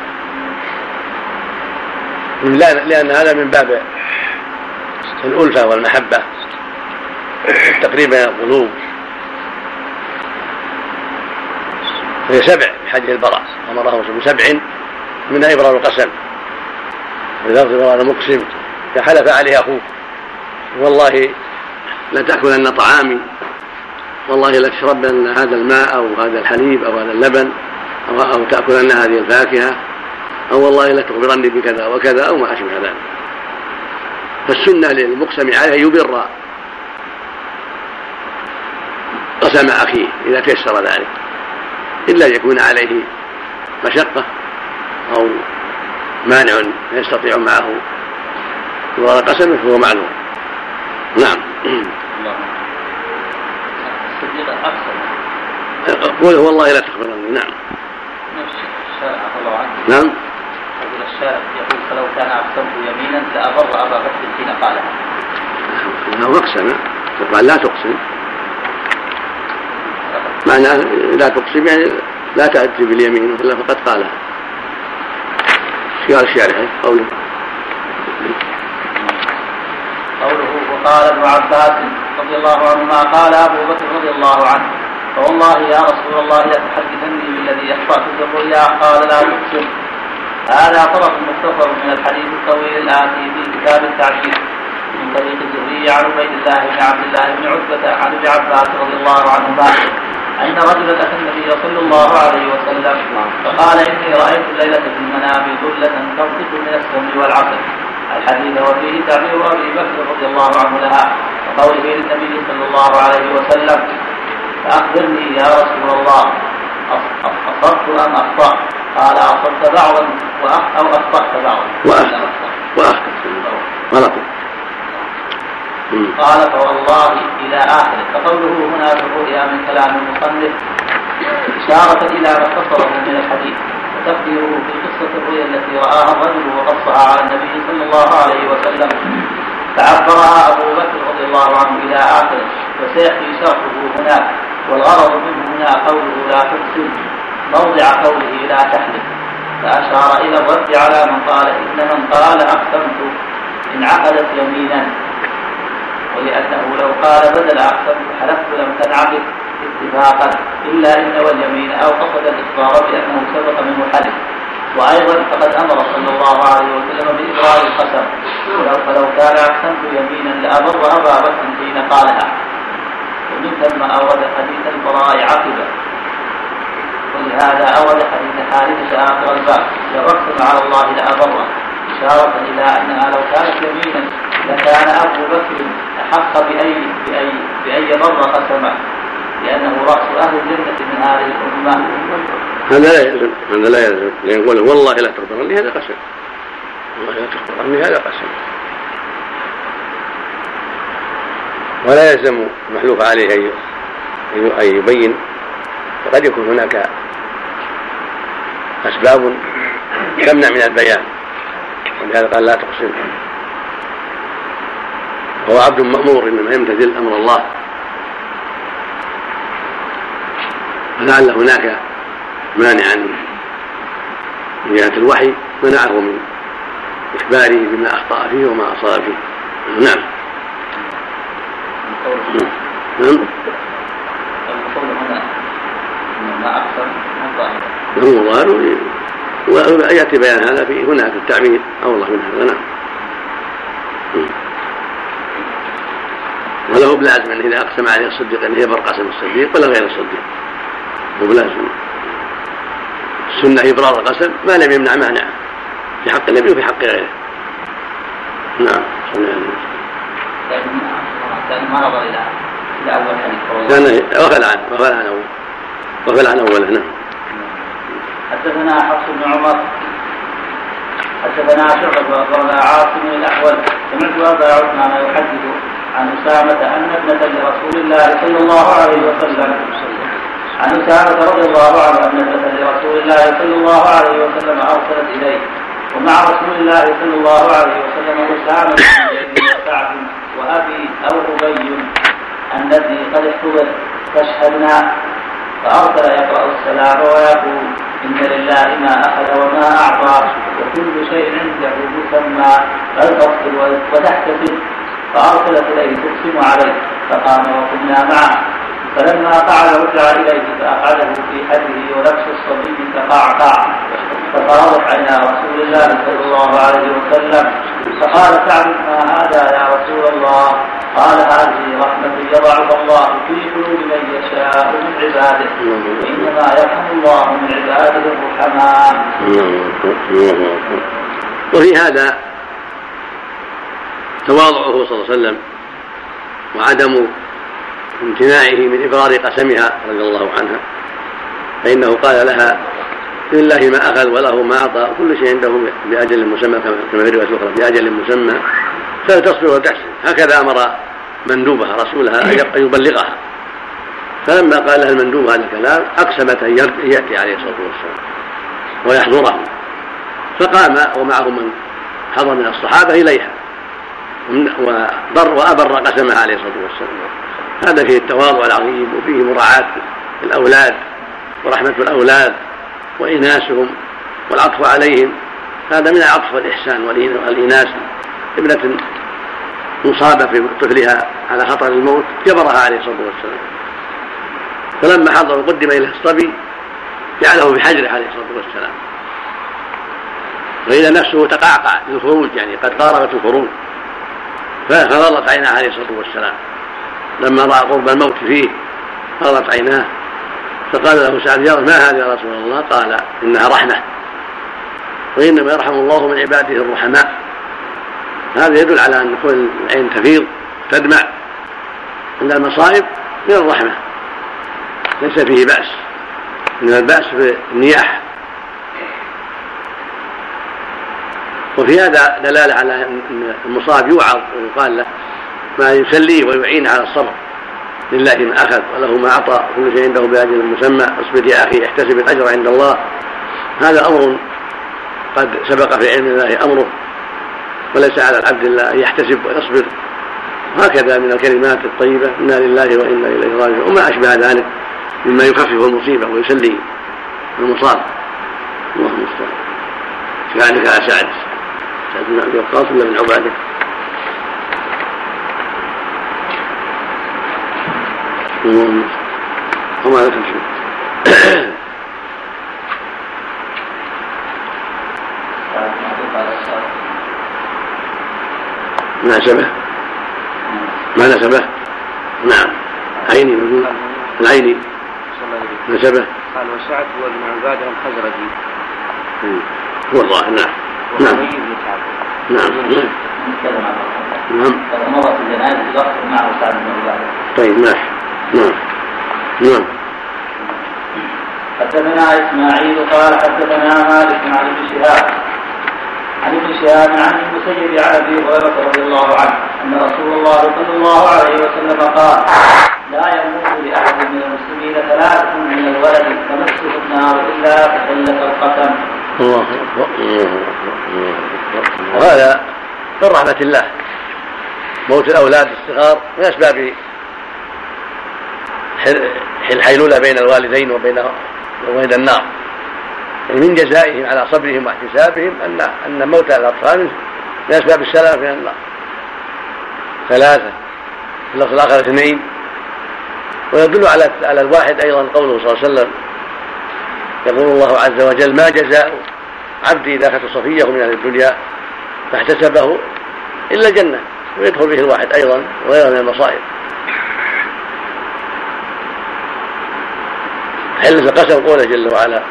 S2: لأن هذا من باب الألفة والمحبة تقريبا القلوب. فهي 7 بحديث البراء، أمره ب7 من إبرار القسم، إذا أغضب على مقسم كحلف عليه أخوه والله لا تأكلن طعامي، والله لا تشربن هذا الماء أو هذا الحليب أو هذا اللبن أو تأكلن هذه الفاكهة، أو والله لا تخبرني بكذا وكذا أو ما أشبه ذلك. فالسنة للمقسم عليه يبر قسم أخيه إذا تيسر ذلك، إلا يكون عليه مشقة أو مانع لا يستطيع معه إبرار قسمه فهو معلوم. نعم. قوله والله لا تخبرني. نعم. نعم.
S1: الشارع يقول فلو كان أقسمت يمينا لأبر أبا بكر حين قالها.
S2: هو أقسم وقال لا تقسم، معناه لا تقسم يعني لا تأتي باليمين إلا فقد قالها. قال الشارع قوله
S1: وقال ابن عباس رضي الله عنهما قال أبو بكر رضي الله عنه فوالله يا رسول الله لا تحدثني بالذي أخطأت في الرؤيا، قال لا تقسم. هذا طرف مختصر من الحديث الطويل الآتي في كتاب التعبير من طريق الزهري عن عبيد الله بن عبد الله بن عتبة عن ابن عباس رضي الله عنهما أن رجلا أتى النبي صلى الله عليه وسلم فقال إني رأيت الليلة في المنام ظلة تنطق من السمع والعصر. الحديث وفيه تعبير أبي بكر رضي الله عنه لها وقوله للنبي صلى الله عليه وسلم فأخبرني يا رسول الله أصبت أم أخطأت؟ قال أصبت بعضا أو أخطأت بعضا
S2: وأخطأت.
S1: قال فوالله إلى آخره. فقوله هنا في الرؤيا من كلام المصنف إشارة إلى ما اختصره من الحديث، وتقديره في قصة الرؤيا التي رآها الرجل وقصها على النبي صلى الله عليه وسلم فعبرها أبو بكر رضي الله عنه إلى آخره، وسيأتي شرحه هناك. والغرض منه هنا قوله لا تقسم موضع قوله لا تحلف، فأشار إلى الرد على من قال إن من قال أقسمت انعقدت يمينا، ولأنه لو قال بدل أقسمت حلفت لم تنعقد اتفاقا إلا إن واليمين أو قصد الإخبار بأنه سبق منه حلف. وأيضا فقد أمر صلى الله عليه وسلم بإبرار القسم، فلو كان أقسمت يمينا لأبر أبا بكر حين قالها. ومن ثم أورد حديث البراء عقبه، ولهذا أورد حديث حارثة آخر الباب لو أقسم على الله لأبره، إشارة إلى أنها لو كانت يمينا لكان أبو بكر أحق بأي بر قسمه، لأنه رأس أهل الجنة من هذه الأمة.
S2: هذا لا يلزم يقول والله لا تخبرني هذا قسم، والله لا تخبرني هذا قسم، ولا يلزم محلوف عليه أن يبين. فقد يكون هناك أسباب تمنع من البيان، ولهذا قال لا تقسم. هو عبد مأمور إنما يمتثل أمر الله، فلعل هناك مانعا من جهة الوحي منعه من إخباره بما أخطأ فيه وما أصاب فيه. نعم. نعم. الظاهر ويأتي بيان هذا في هناك التعبير أو الله من هذا. نعم. وله بلازم أن إذا أقسم عليه الصديق أن يبر قسم الصديق ولا غير الصديق، وبلازم السنة إبرار القسم ما لم يمنع مانع في حق النبي وفي حق غيره. نعم.
S1: لكن ما نظر إلى أول حديث
S2: وغفل عن أوله. نعم.
S1: حدثنا حفص بن عمر حدثنا شعبة وأخبرنا عاصم الأحول سمعت أبا عثمان يحدث عن أسامة أن ابنة لرسول الله صلى الله عليه وسلم عن أسامة رضي الله عنه أن ابنة لرسول الله صلى الله عليه وسلم أرسلت إليه ومع رسول الله صلى الله عليه وسلم أسامة بن وسعد وأبي أو أبي الذي قد احتضر فاشهدنا. فأرسل يقرأ السلام ويقول إن لله ما أخذ وما أعطى وكل شيء عنده مسمى فلتصبر وتحتسب. فأرسلت إليه تقسم عليه فقام وقمنا معه، فلما قعد رجع إليه فأقعده في حجره ونفس الصبي تقعقع، ففاضت عينا رسول الله صلى الله عليه وسلم. فقال سعد ما هذا يا رسول الله؟ قال هذه رحمة يضعها الله في قلوب من يشاء من عباده، وإنما يرحم الله من عباده الرحماء.
S2: وفي هذا تواضعه صلى الله عليه وسلم وعدم امتناعه من إبرار قسمها رضي الله عنها، فإنه قال لها لله ما أخذ وله ما أعطى كل شيء عنده بأجل مسمى كما في رواية أخرى بأجل مسمى فلتصبر وتحسن. هكذا أمر مندوبها رسولها أن يبلغها. فلما قال لها المندوب هذا الكلام أقسمت أن يأتي عليه الصلاة والسلام ويحضره، فقام ومعه من حضر من الصحابة إليها وأبر قسمها عليه الصلاة والسلام. هذا فيه التواضع العظيم وفيه مراعاة الأولاد ورحمة الأولاد وإناسهم والعطف عليهم. هذا من العطف والإحسان والإناس. ابنة مصابة في طفلها على خطر الموت جبرها عليه الصلاة والسلام، فلما حضر وقدم إليه الصبي جعله في حجره عليه الصلاة والسلام، وإذا نفسه تقعقع للخروج يعني قد قاربت الخروج، فغضت عيناه عليه الصلاة والسلام. لما رأى قرب الموت فيه غضت عيناه، فقال له سعد ما هذا يا رسول الله؟ قال إنها رحمة، وإنما يرحم الله من عباده الرحماء. هذا يدل على أن كل العين تفيض تدمع عند المصائب من الرحمة، ليس فيه بأس، إنما البأس بالنياح. وفي هذا دلالة على أن المصاب يوعظ ويقال له ما يسليه ويعين على الصبر. لله ما أخذ وله ما أعطى كل شيء عنده بأجل مسمى، اصبر يا أخي احتسب الأجر عند الله. هذا أمر قد سبق في علم الله أمره، وليس على العبد إلا أن يحتسب ويصبر. هكذا من الكلمات الطيبة إنا لله وإنا إليه راجعون وما أشبه ذلك مما يخفف المصيبة ويسلي المصاب. الله المستعان. كذلك على سعد بن أبي وقاص ولا من عباده؟ وما لا تنسوا مناسبة ما نسبه؟ نعم عيني العيني نسبه.
S3: قال وسعد هو ابن عباده الخزرجي
S2: هو الله. نعم نعم نعم نعم.
S1: مرة الجنائز يغفر معه سعد بن عباده.
S2: طيب ماشي. نعم نعم.
S1: حدثنا إسماعيل قال حدثنا مالك عن ابن شهاب عن المسيب عن أبي هريرة رضي الله عنه أن رسول الله صلى الله عليه وسلم قال لا يموت لأحد من المسلمين ثلاث من الولد تمسه النار إلا تحلة القسم.
S2: الله أكبر. وهذا من رحمة الله موت الأولاد الصغار من أسباب الحيلولة بين الوالدين وبين النار، يعني من جزائهم على صبرهم واحتسابهم أن موت الأطفال من أسباب السلام من النار. ثلاثة في اللفظ الآخر 2. ويدل على الواحد أيضا قوله صلى الله عليه وسلم يقول الله عز وجل ما جزاء عبدي إذا أخذ صفيه من أهل الدنيا فاحتسبه إلا الجنة، ويدخل به الواحد أيضا وغيره من المصائب. حلة القسم قوله جل وعلا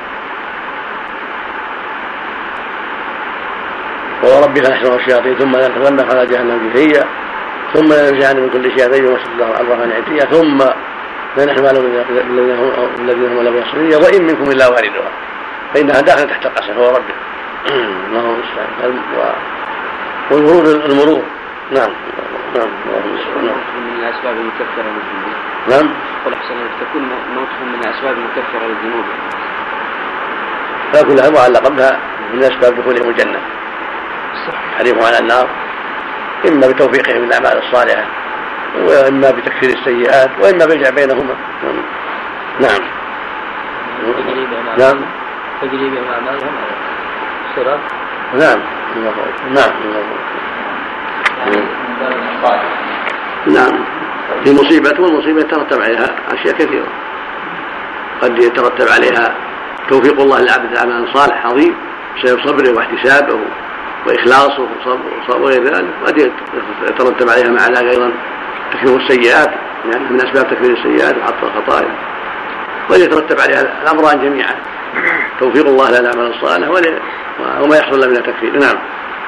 S2: وربك نحشر الشياطين ثم نتغنى على جهنم جثيا ثم ننزعن من كل شياطين ومسجد الله الرحمن عتيا ثم لنحن الذين هم له يصلون وإن منكم إلا واردها فإنها داخل تحت القسم هو ربك. الله المستعان. والورود المرور. نعم نعم.
S3: من الأسباب المكفرة للذنوب.
S2: نعم.
S3: والأحسن أن تكون موتهم من الأسباب المكفرة للذنوب.
S2: فكلها معلقة بها من أسباب دخولهم الجنة. حريصهم على النار إما بتوفيقهم الأعمال الصالحة وإما بتكفير السيئات وإما بالجمع بينهما. نعم. نعم
S1: تجري بهم أعمالهم الصراط.
S2: نعم نعم نعم في مصيبة، والمصيبة يترتب عليها أشياء كثيرة، قد يترتب عليها توفيق الله للعبد العمل الصالح عظيم بسبب صبره واحتسابه وإخلاصه وغير ذلك، قد يترتب عليها مع ذلك أيضا تكفير السيئات، يعني من أسباب تكفير السيئات وحط الخطايا، قد يترتب عليها الأمران جميعا، توفيق الله للعمل الصالح وما يحصل له من التكفير. نعم.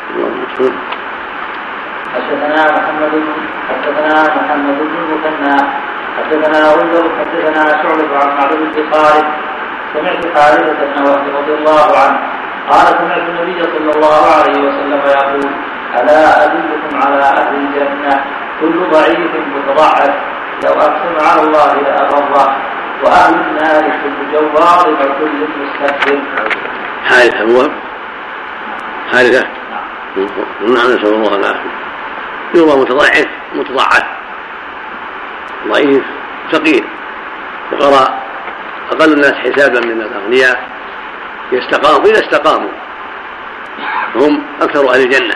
S1: حدثنا محمد بن المثنى حدثنا غندر حدثنا شعبة عن معبد بن خالد سمعت خالد بن وهب رضي الله عنه قال سمعت النبي صلى الله عليه وسلم يقول ألا أدلكم على أهل الجنة كل ضعيف متضعف لو أقسم على الله لأبره، وأهل النار كل جوار وكل مستكبر.
S2: حارثة نعم نسأل الله العافية. يروى متضعف ضعيف فقير فقراء، أقل الناس حسابا من الأغنياء، يستقاموا إذا استقاموا هم أكثر أهل الجنة.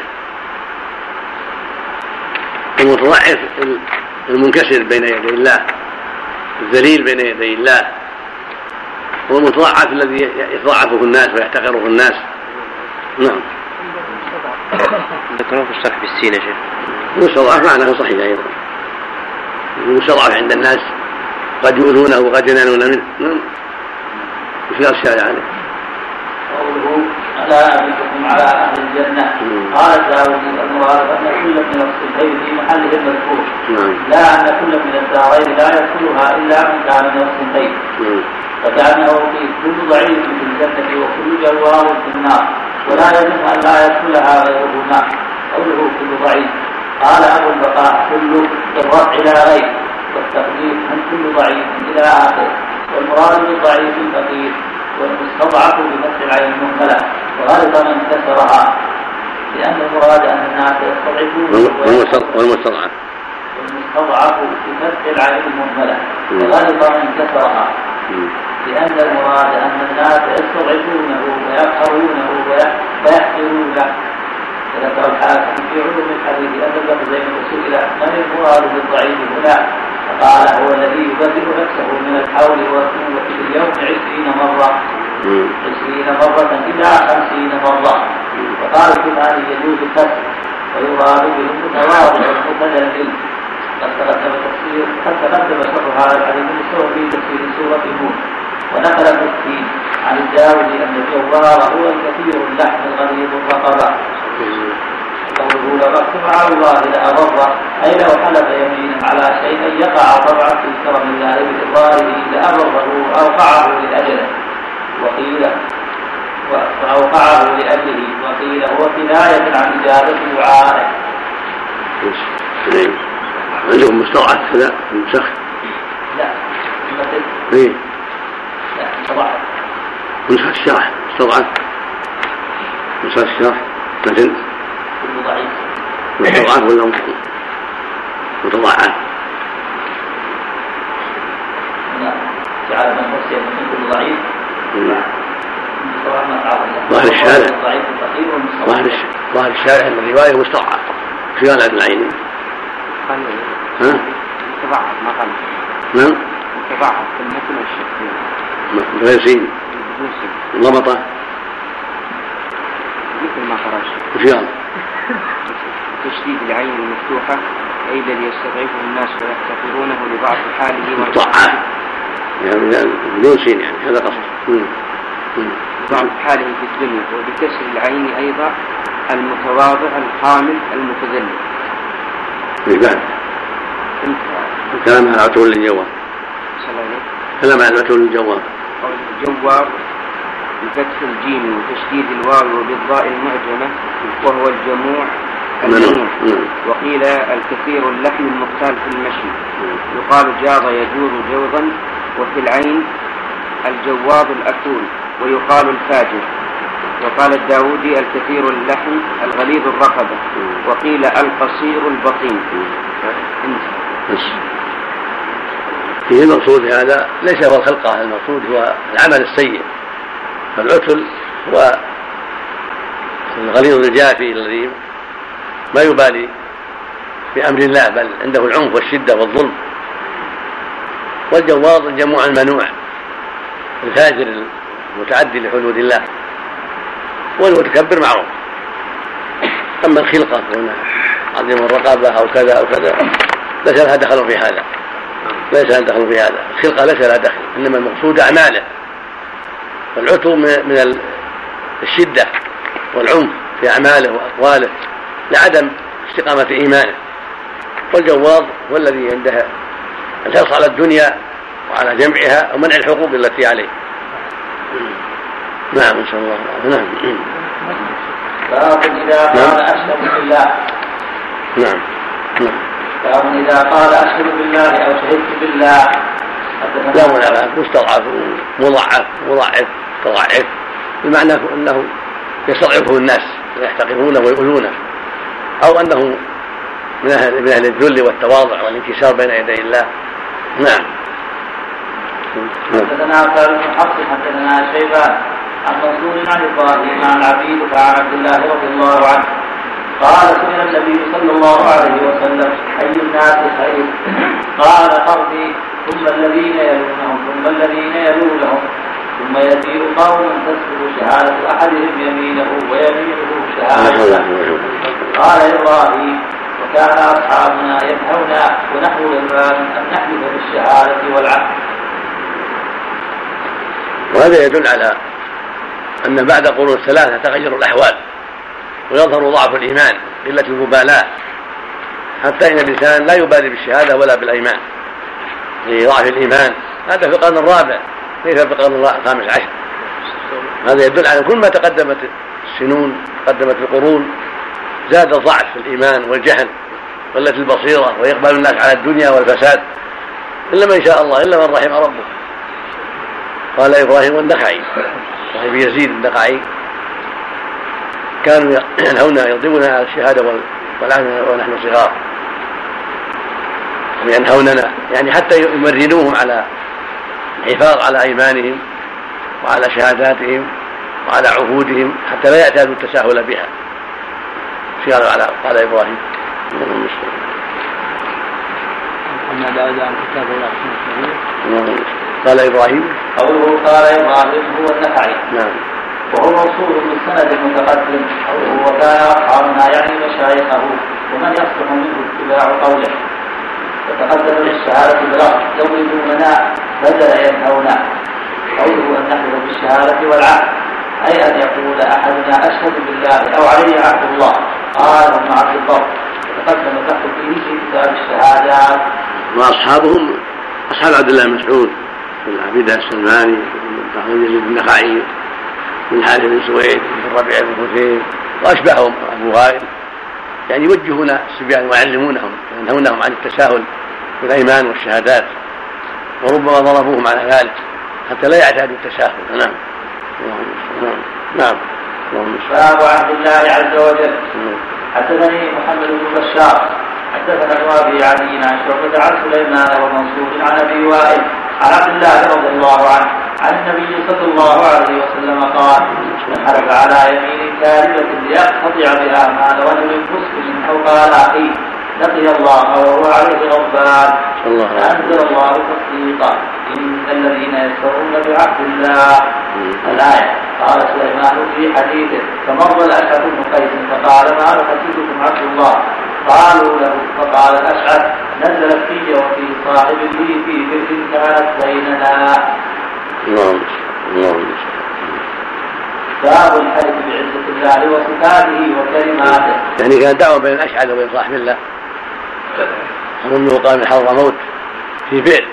S2: المتضعف المنكسر بين يدي الله، الذليل بين يدي الله، هو المتضعف الذي يتضعفه الناس ويحتقره الناس. نعم.
S3: ذكروا في الشرح بالسين يا شيخ.
S2: المستضعف معناه صحيح أيضا، المستضعف عند الناس قد يؤذونه وقد ينالون منه. نعم. مثل الشارع عليه.
S1: قوله ألا أدلكم على أهل الجنة قال الداودي المراد أن كل من الصنفين في محله المذكور، لا أن كل من الدارين لا يدخلها إلا من كان من الصنفين، فكأنه في كل ضعيف في الجنة وكل جوار في النار، ولا يجب أن لا يدخلها غيره النار. قوله كل ضعيف قال أبو البقاء كل بالرفع إلى غير، والتقدير من كل ضعيف إلى آخر، والمراد بالضعيف الفقير، والمستضعف بفتح العين المهملة وغلط من كسرها، لأن المراد أن الناس يستضعفون،
S2: والمستضعف
S1: بفتح العين المهملة وغلط من كسرها، لأن المراد أن الناس يستضعفونه ويقهرونه ويحقرونه. وذكر الحاكم في علوم الحديث أن اللفظين سئل من المراد بالضعيف هنا، فقال هو الذي يبرئ نفسه من الحول والقوة في اليوم 20 مرة إلى 50 مرة. وقال الثاني يجوز الكسر ويراد به المتواضع والمتدلل. قد تقدم شرح هذا الحديث المستوى في تفسير سورة هود. ونقل التفسير عن الداودي أن الجوار هو الكثير اللحم الغليظ الرقبة. قوله لو أقسم على الله لأبره، أي لو حلف يمينا على شيء يقع طبعا في كرم الله بإقراره لأبره أوقعه لأجله، وقيل وأوقعه لأجله، وقيل هو كناية عن إجابة دعائه.
S2: عندهم مستضعف لا مسخ؟
S1: لا
S2: ايه
S1: لا مستضعف
S2: نسخ الشرح مستضعف نسخ الشرح مثل
S1: كل ضعيف
S2: مستضعف ولا متضعف؟
S1: لا جعل من خشي من كل ضعيف
S2: ظاهر الشارع ظاهر الشارع من الرواية مستضعف في غلط العين.
S3: متضعف ما قال.
S2: نعم
S3: متضعف في المثل والشكل
S2: غير سين ضبطه
S3: مثل ما خرج
S2: وفيان
S3: تشديد العين المفتوحة، أي الذي يستضعفه الناس ويحتقرونه لضعف حاله
S2: مضاعف يعني بدون سين، يعني هذا قصد
S3: ضعف حاله في الدنيا. وبكسر العين أيضا المتواضع الحامل المتذلل.
S2: بعد كلام على عتول الجواب، كلام على عتول الجواب.
S3: الجواب بفتح الجيم وتشديد الواو وبالضاء المعجمة، وهو الجموع المنوع. وقيل الكثير اللحم المختال في المشي، يقال جاض يجور جوضا. وفي العين الجواب الأكول، ويقال الفاجر. وقال الداودي الكثير اللحم الغليظ الرقبة، وقيل القصير البطين.
S2: فيه المقصود في هذا ليس هو الخلقة، المقصود هو العمل السيء. فالعتل هو الغليظ الجافي الذي ما يبالي بأمر الله، بل عنده العنف والشدة والظلم. والجواظ الجموع المنوع الفاجر المتعدي لحدود الله. والمتكبر معروف. أما الخلقة عظيم الرقابة أو كذا أو كذا ليس لها دخل في هذا، ليس لها دخل في هذا. الخلقة ليس لها دخل، إنما المقصود أعماله. فالعتو من الشدة والعنف في أعماله وأقواله لعدم استقامة إيمانه. والجواظ هو الذي عنده الحرص على الدنيا وعلى جمعها ومنع الحقوق التي عليه. نعم إن شاء الله. نعم.
S1: باب إذا قال أشهد بالله.
S2: نعم.
S1: باب إذا قال أشهد بالله أو شهدت بالله.
S2: لا منافع، مستضعف مضعف مضاعف، بمعنى أنه يستضعفه الناس ويحتقرونه ويؤذونه، أو أنه من أهل الذل والتواضع والانكسار بين يدي الله. نعم.
S1: حدثنا خالد بن حفص حدثنا شيبان عن منصور عن إبراهيم عن عبيد عن عبد الله رضي الله عنه قال سئل النبي صلى الله عليه وسلم أي الناس خير؟ قال قرني ثم الذين يلونهم ثم الذين يلونهم ثم يزيد قوم تسبق شهادة أحدهم يمينه ويمينه شهادته. قال إبراهيم وكان أصحابنا ينهونا ونحن للباب أن نحلف بالشهادة والعهد.
S2: وهذا يدل على أن بعد قرون الثلاثة تغير الأحوال ويظهر ضعف الإيمان قلة المبالاة، حتى إن الإنسان لا يبالي بالشهادة ولا بالأيمان لضعف الإيمان. هذا في القرن الرابع ليس في القرن الخامس عشر. هذا يدل على كل ما تقدمت السنون تقدمت القرون زاد الضعف في الإيمان والجهل وقلة البصيرة ويقبل الناس على الدنيا والفساد إلا من شاء الله، إلا من رحم ربه. قال إبراهيم والنخعي صاحب يزيد النخعي كانوا ينهونا يضربنا على الشهادة والعهد ونحن صغار، وينهوننا يعني حتى يمرنوهم على الحفاظ على أيمانهم وعلى شهاداتهم وعلى عهودهم حتى لا يعتادوا التساهل بها. قال إبراهيم.
S5: أما بعد عن كتاب الله
S2: قال إبراهيم
S1: قوله قال إبراهيم هو النخعي.
S2: نعم.
S1: وهو موصول بالسند المتقدم. قوله وكان أصحابنا يعني مشايخه ومن يصلح منه اتباع قوله. وتقدم للشهادة باللفظ يولدوننا بدل ينهونا. قوله أن نحلف بالشهادة والعهد أي أن يقول أحدنا أشهد بالله أو علي عهد الله. قال ابن عبد البر وتقدم البحث فيه في كتاب الشهادات.
S2: وأصحابهم أصحاب عبد الله مسعود بن عبيدة السلماني بن النخعي بن حارث بن سويد بن ربيع بن حسين وأشبههم أبو وائل، يعني يوجهون الصبيان ويعلمونهم وينهونهم عن التساهل في الأيمان والشهادات، وربما ضربوهم على ذلك حتى لا يعتادوا التساهل. نعم. نعم.
S1: باب عهد الله عز وجل. حدثني محمد بن بشار حدثنا ابن ابي عدي عن شعبة عن سليمان ومنصور عن ابي وائل عن عبد الله رضي الله عنه عن النبي صلى الله عليه وسلم قال من حلف على يمين كاذبة ليقتطع بها مال رجل مسلم او قال اخيه لقي الله وهو عليه غضبان. فأنزل الله تصديقا إن الذين يشترون بعهد الله. الآية. قال سليمان في حديثه فمر الأشعث بن قيس فقال ما نقتلكم عبد الله؟ قالوا له فقال الأشعث نزلت في وفي صاحب لي في بئر كانت بيننا. باب الحلف بعزة الله وصفاته وكلماته.
S2: يعني كانت دعوة بين الأشعث وبين صاحب الله. أظنه قال من حضرموت في بئر،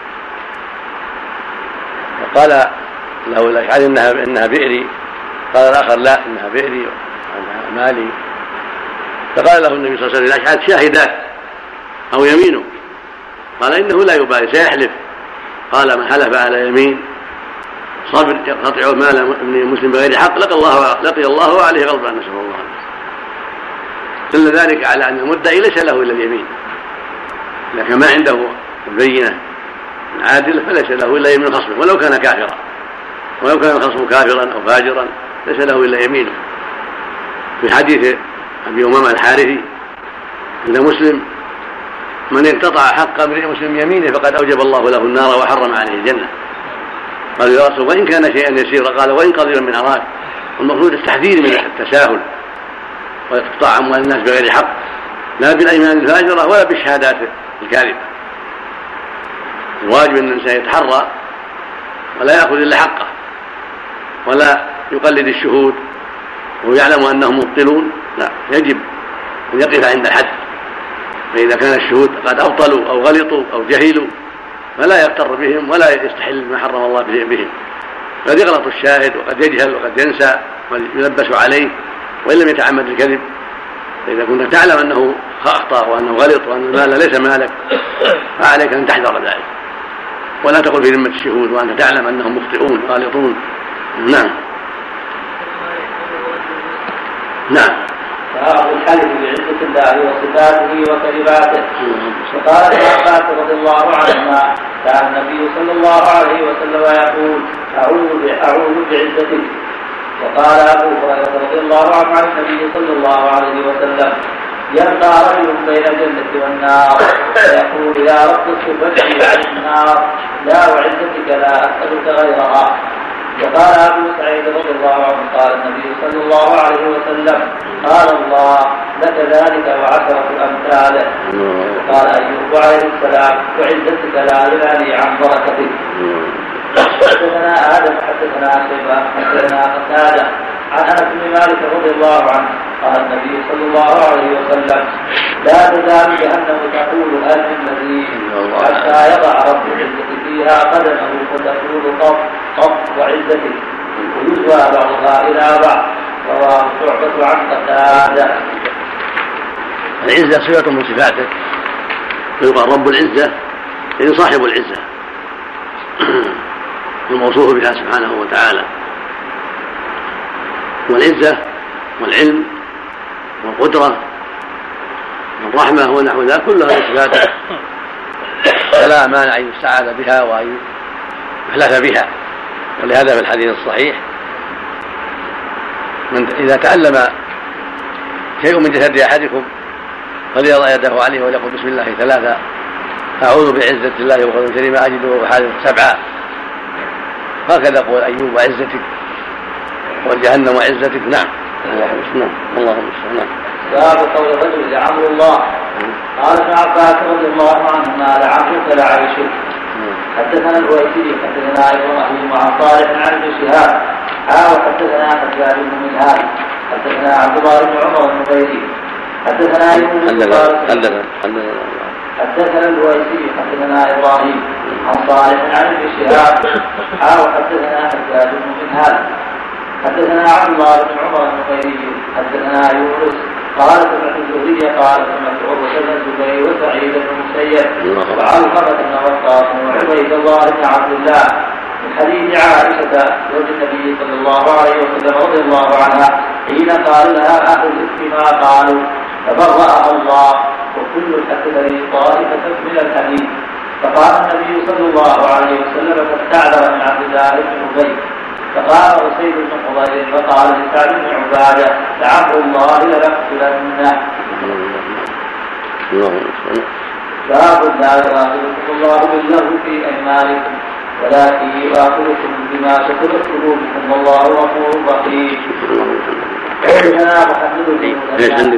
S2: وقال له الأشعري إنها بئري، قال الآخر لا إنها بئري وإنها مالي. فقال له النبي صلى الله عليه وسلم الأشعري شاهدات أو يمينه؟ قال إنه لا يبالي سيحلف. قال من حلف على يمين صبر يقتطع مال ابن مسلم بغير حق لقي الله وعليه غضبان نسأل الله عنه. دل ذلك على أن المدعي ليس له إلا اليمين، لكن ما عنده البينة عادل فليس له إلا يمين خصمه ولو كان كافرا، ولو كان الخصم كافرا أو فاجرا ليس له إلا يمينه. في حديث أبي أمامة الحارثي عند مسلم: من اقتطع حق امرئ مسلم يمينه فقد أوجب الله له النار وحرم عليه الجنة. قال يا رسول: وإن كان شيئا يسيرا؟ قال: وإن قليلا من أراك. والمفروض التحذير من التساهل وإقطاع أموال الناس بغير حق، لا بالأيمان الفاجرة ولا بالشهادات الكاذبة. الواجب أن الإنسان يتحرى ولا يأخذ إلا حقه، ولا يقلد الشهود ويعلم أنهم مبطلون، لا، يجب أن يقف عند الحد. فإذا كان الشهود قد أبطلوا أو غلطوا أو جهلوا فلا يغتر بهم ولا يستحل ما حرم الله بهم. قد يغلط الشاهد وقد يجهل وقد ينسى وقد يلبس عليه وإن لم يتعمد الكذب. فإذا كنت تعلم أنه أخطأ وأنه غلط وأن المال ليس مالك فعليك أن تحذر ذلك، ولا تقل في ذمة الشهود وأنت تعلم أنهم مخطئون غالطون. نعم.
S1: باب الحلف بعزة الله وصفاته وكلماته. وقال ابن عباس رضي الله عنهما: كان النبي صلى الله عليه وسلم يقول: أعوذ بعزتك. وقال أبو هريرة رضي الله عنه عن النبي صلى الله عليه وسلم: يبقى رجل بين الجنة والنار فيقول: يا رب اصرفني عن النار، لا وعزتك لا أسألك غيرها. وقال أبو سعيد رضي الله عنه: قال النبي صلى الله عليه وسلم: قال الله: لك ذلك وعشرة أمثاله. وقال أيوب عليه السلام: وعزتك لا غنى عن بركتك. حدثنا آدم حدثنا شيبان حدثنا قتادة عن أنس بن مالك رضي الله عنه قال النبي صلى الله عليه وسلم: لا تزال جهنم تقول هل من مزيد حتى يضع رب العزة فيها قدمه فتقول قف قف وعزتك، ويجوى بعضها إلى بعض. رواه شعبة عن قتادة.
S2: العزة صفة من صفاته، ويقال رب العزة يعني صاحب العزة الموصوف بها سبحانه وتعالى. والعزة والعلم والقدرة والرحمة ونحو ذلك كلها من صفاته، فلا مانع أن يستعاذ بها وأن يحلف بها. ولهذا في الحديث الصحيح: من إذا تعلم شيء من جسد أحدكم فليضع يده عليه وليقل بسم الله 3: أعوذ بعزة الله وقدرته لما أجده وحادث 7. هكذا قول أيوب: وعزتك، والجهنم وعزتك. نعم. اللهم نعم.
S1: باب قول الرجل لعمر الله. قال ابن عباس رضي الله عنهما: لعمرك لعيشك. حدثنا الويسي حدثنا ابراهيم عن صالح عن ابن شهاب حدثنا حجاج بن منهال حدثنا عبد الله بن عمر النبيلي حدثنا حدثنا الويسي حدثنا ابراهيم عن صالح عن ابن شهاب حدثنا حجاج بن منهال حدثنا عبد الله بن عمر النبيلي حدثنا يونس قال سمعت الزهري قال سمعت عروة بن الزبير وسعيد بن المسيب وعلقمة بن وقاص وعبيد الله بن عبد الله من حديث عائشة زوج النبي صلى الله عليه وسلم رضي الله عنها حين قال لها أهل الإثم ما قالوا فبرأها الله وكل حدثني طائفة من الحديث. فقال النبي صلى الله عليه وسلم فاستعذر من عبد الله بن أبي فقال أسيد بن حضير فقال لسعد بن عبادة: لعمر الله لنقتلنه. باب لا يؤاخذكم الله باللغو في أيمانكم ولكن يؤاخذكم بما كسبت قلوبكم والله غفور رحيم. حدثنا محمد بن مسلم.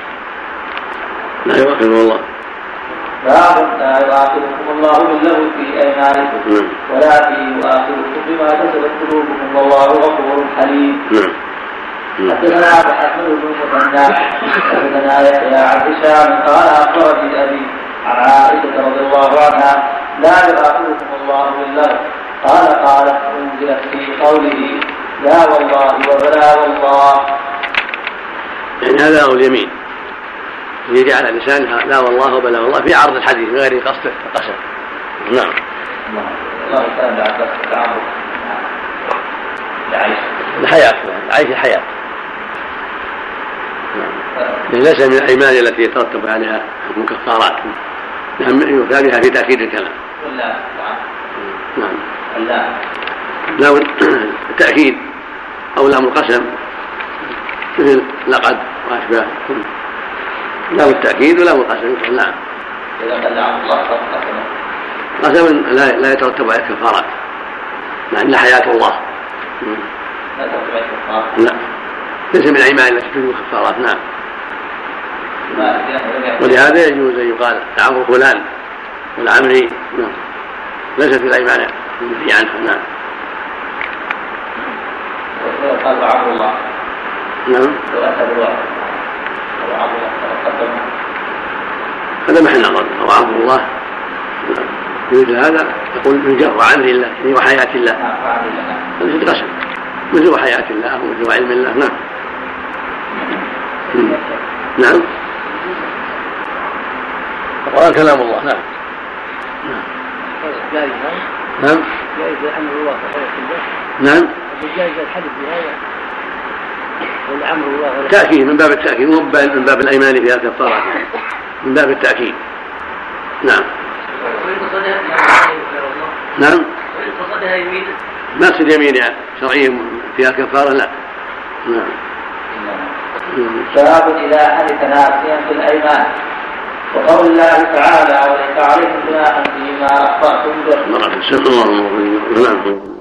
S2: لا يؤاخذكم الله.
S1: باب لا يؤاخذكم الله باللغو في أيمانكم ولكن يؤاخذكم بما كسبت قلوبكم والله غفور حليم. حدثنا محمد بن مسلم حدثنا يحيى عن هشام قال أخبرني أبي عن عائشة رضي الله عنها: لا يؤاخذكم الله باللغو. قال أنزلت في قوله: لا والله وبلا والله.
S2: يعني هذا هو اليمين يجي على لسانها لا والله وبلا والله في عرض الحديث من غير قصد قسم. نعم.
S1: الله تعالى عبد عمرو
S2: الحياة عيش الحياة. ليس من الأيمان التي يترتب عليها حكم كفارات، يؤتى بها في تأكيد الكلام.
S1: ولا
S2: نعم
S1: اللام
S2: لام التأكيد أو لام القسم مثل لقد وأشباه لام التأكيد ولام القسم. نعم
S1: إذا قال عبد الله
S2: قسم لا يترتب عليه كفارات. نعم لا حياة الله
S1: لا ترتب عليه كفارات.
S2: لا ليس من الأيمان التي تجوز كفارات. نعم ولهذا يجوز أن يقال عمرو فلان والعمري. نعم ليست في الأيمان المنهي عنها. نعم
S1: قال عبد الله.
S2: نعم هذا محل نظر. أو عبد الله يريد هذا يقول من جر عمر الله يعني وحياة الله. هذا في قسم مثل وحياة الله ومثل وعلم الله. نعم نعم القرآن كلام الله. نعم نعم
S5: جائزة أمر الله وحياة الله.
S2: نعم
S5: جائزة الحدث بهذا والأمر الله
S2: تأكيد من باب التأكيد من باب الأيمان فيها كفارة من باب التأكيد. نعم نعم ما تصير يمين شرعية فيها كفارة. لا نعم
S1: باب إذا حدث ناسيا في الأيمان وقول الله تعالى وليس عليكم جناح فيما أخطأتم به.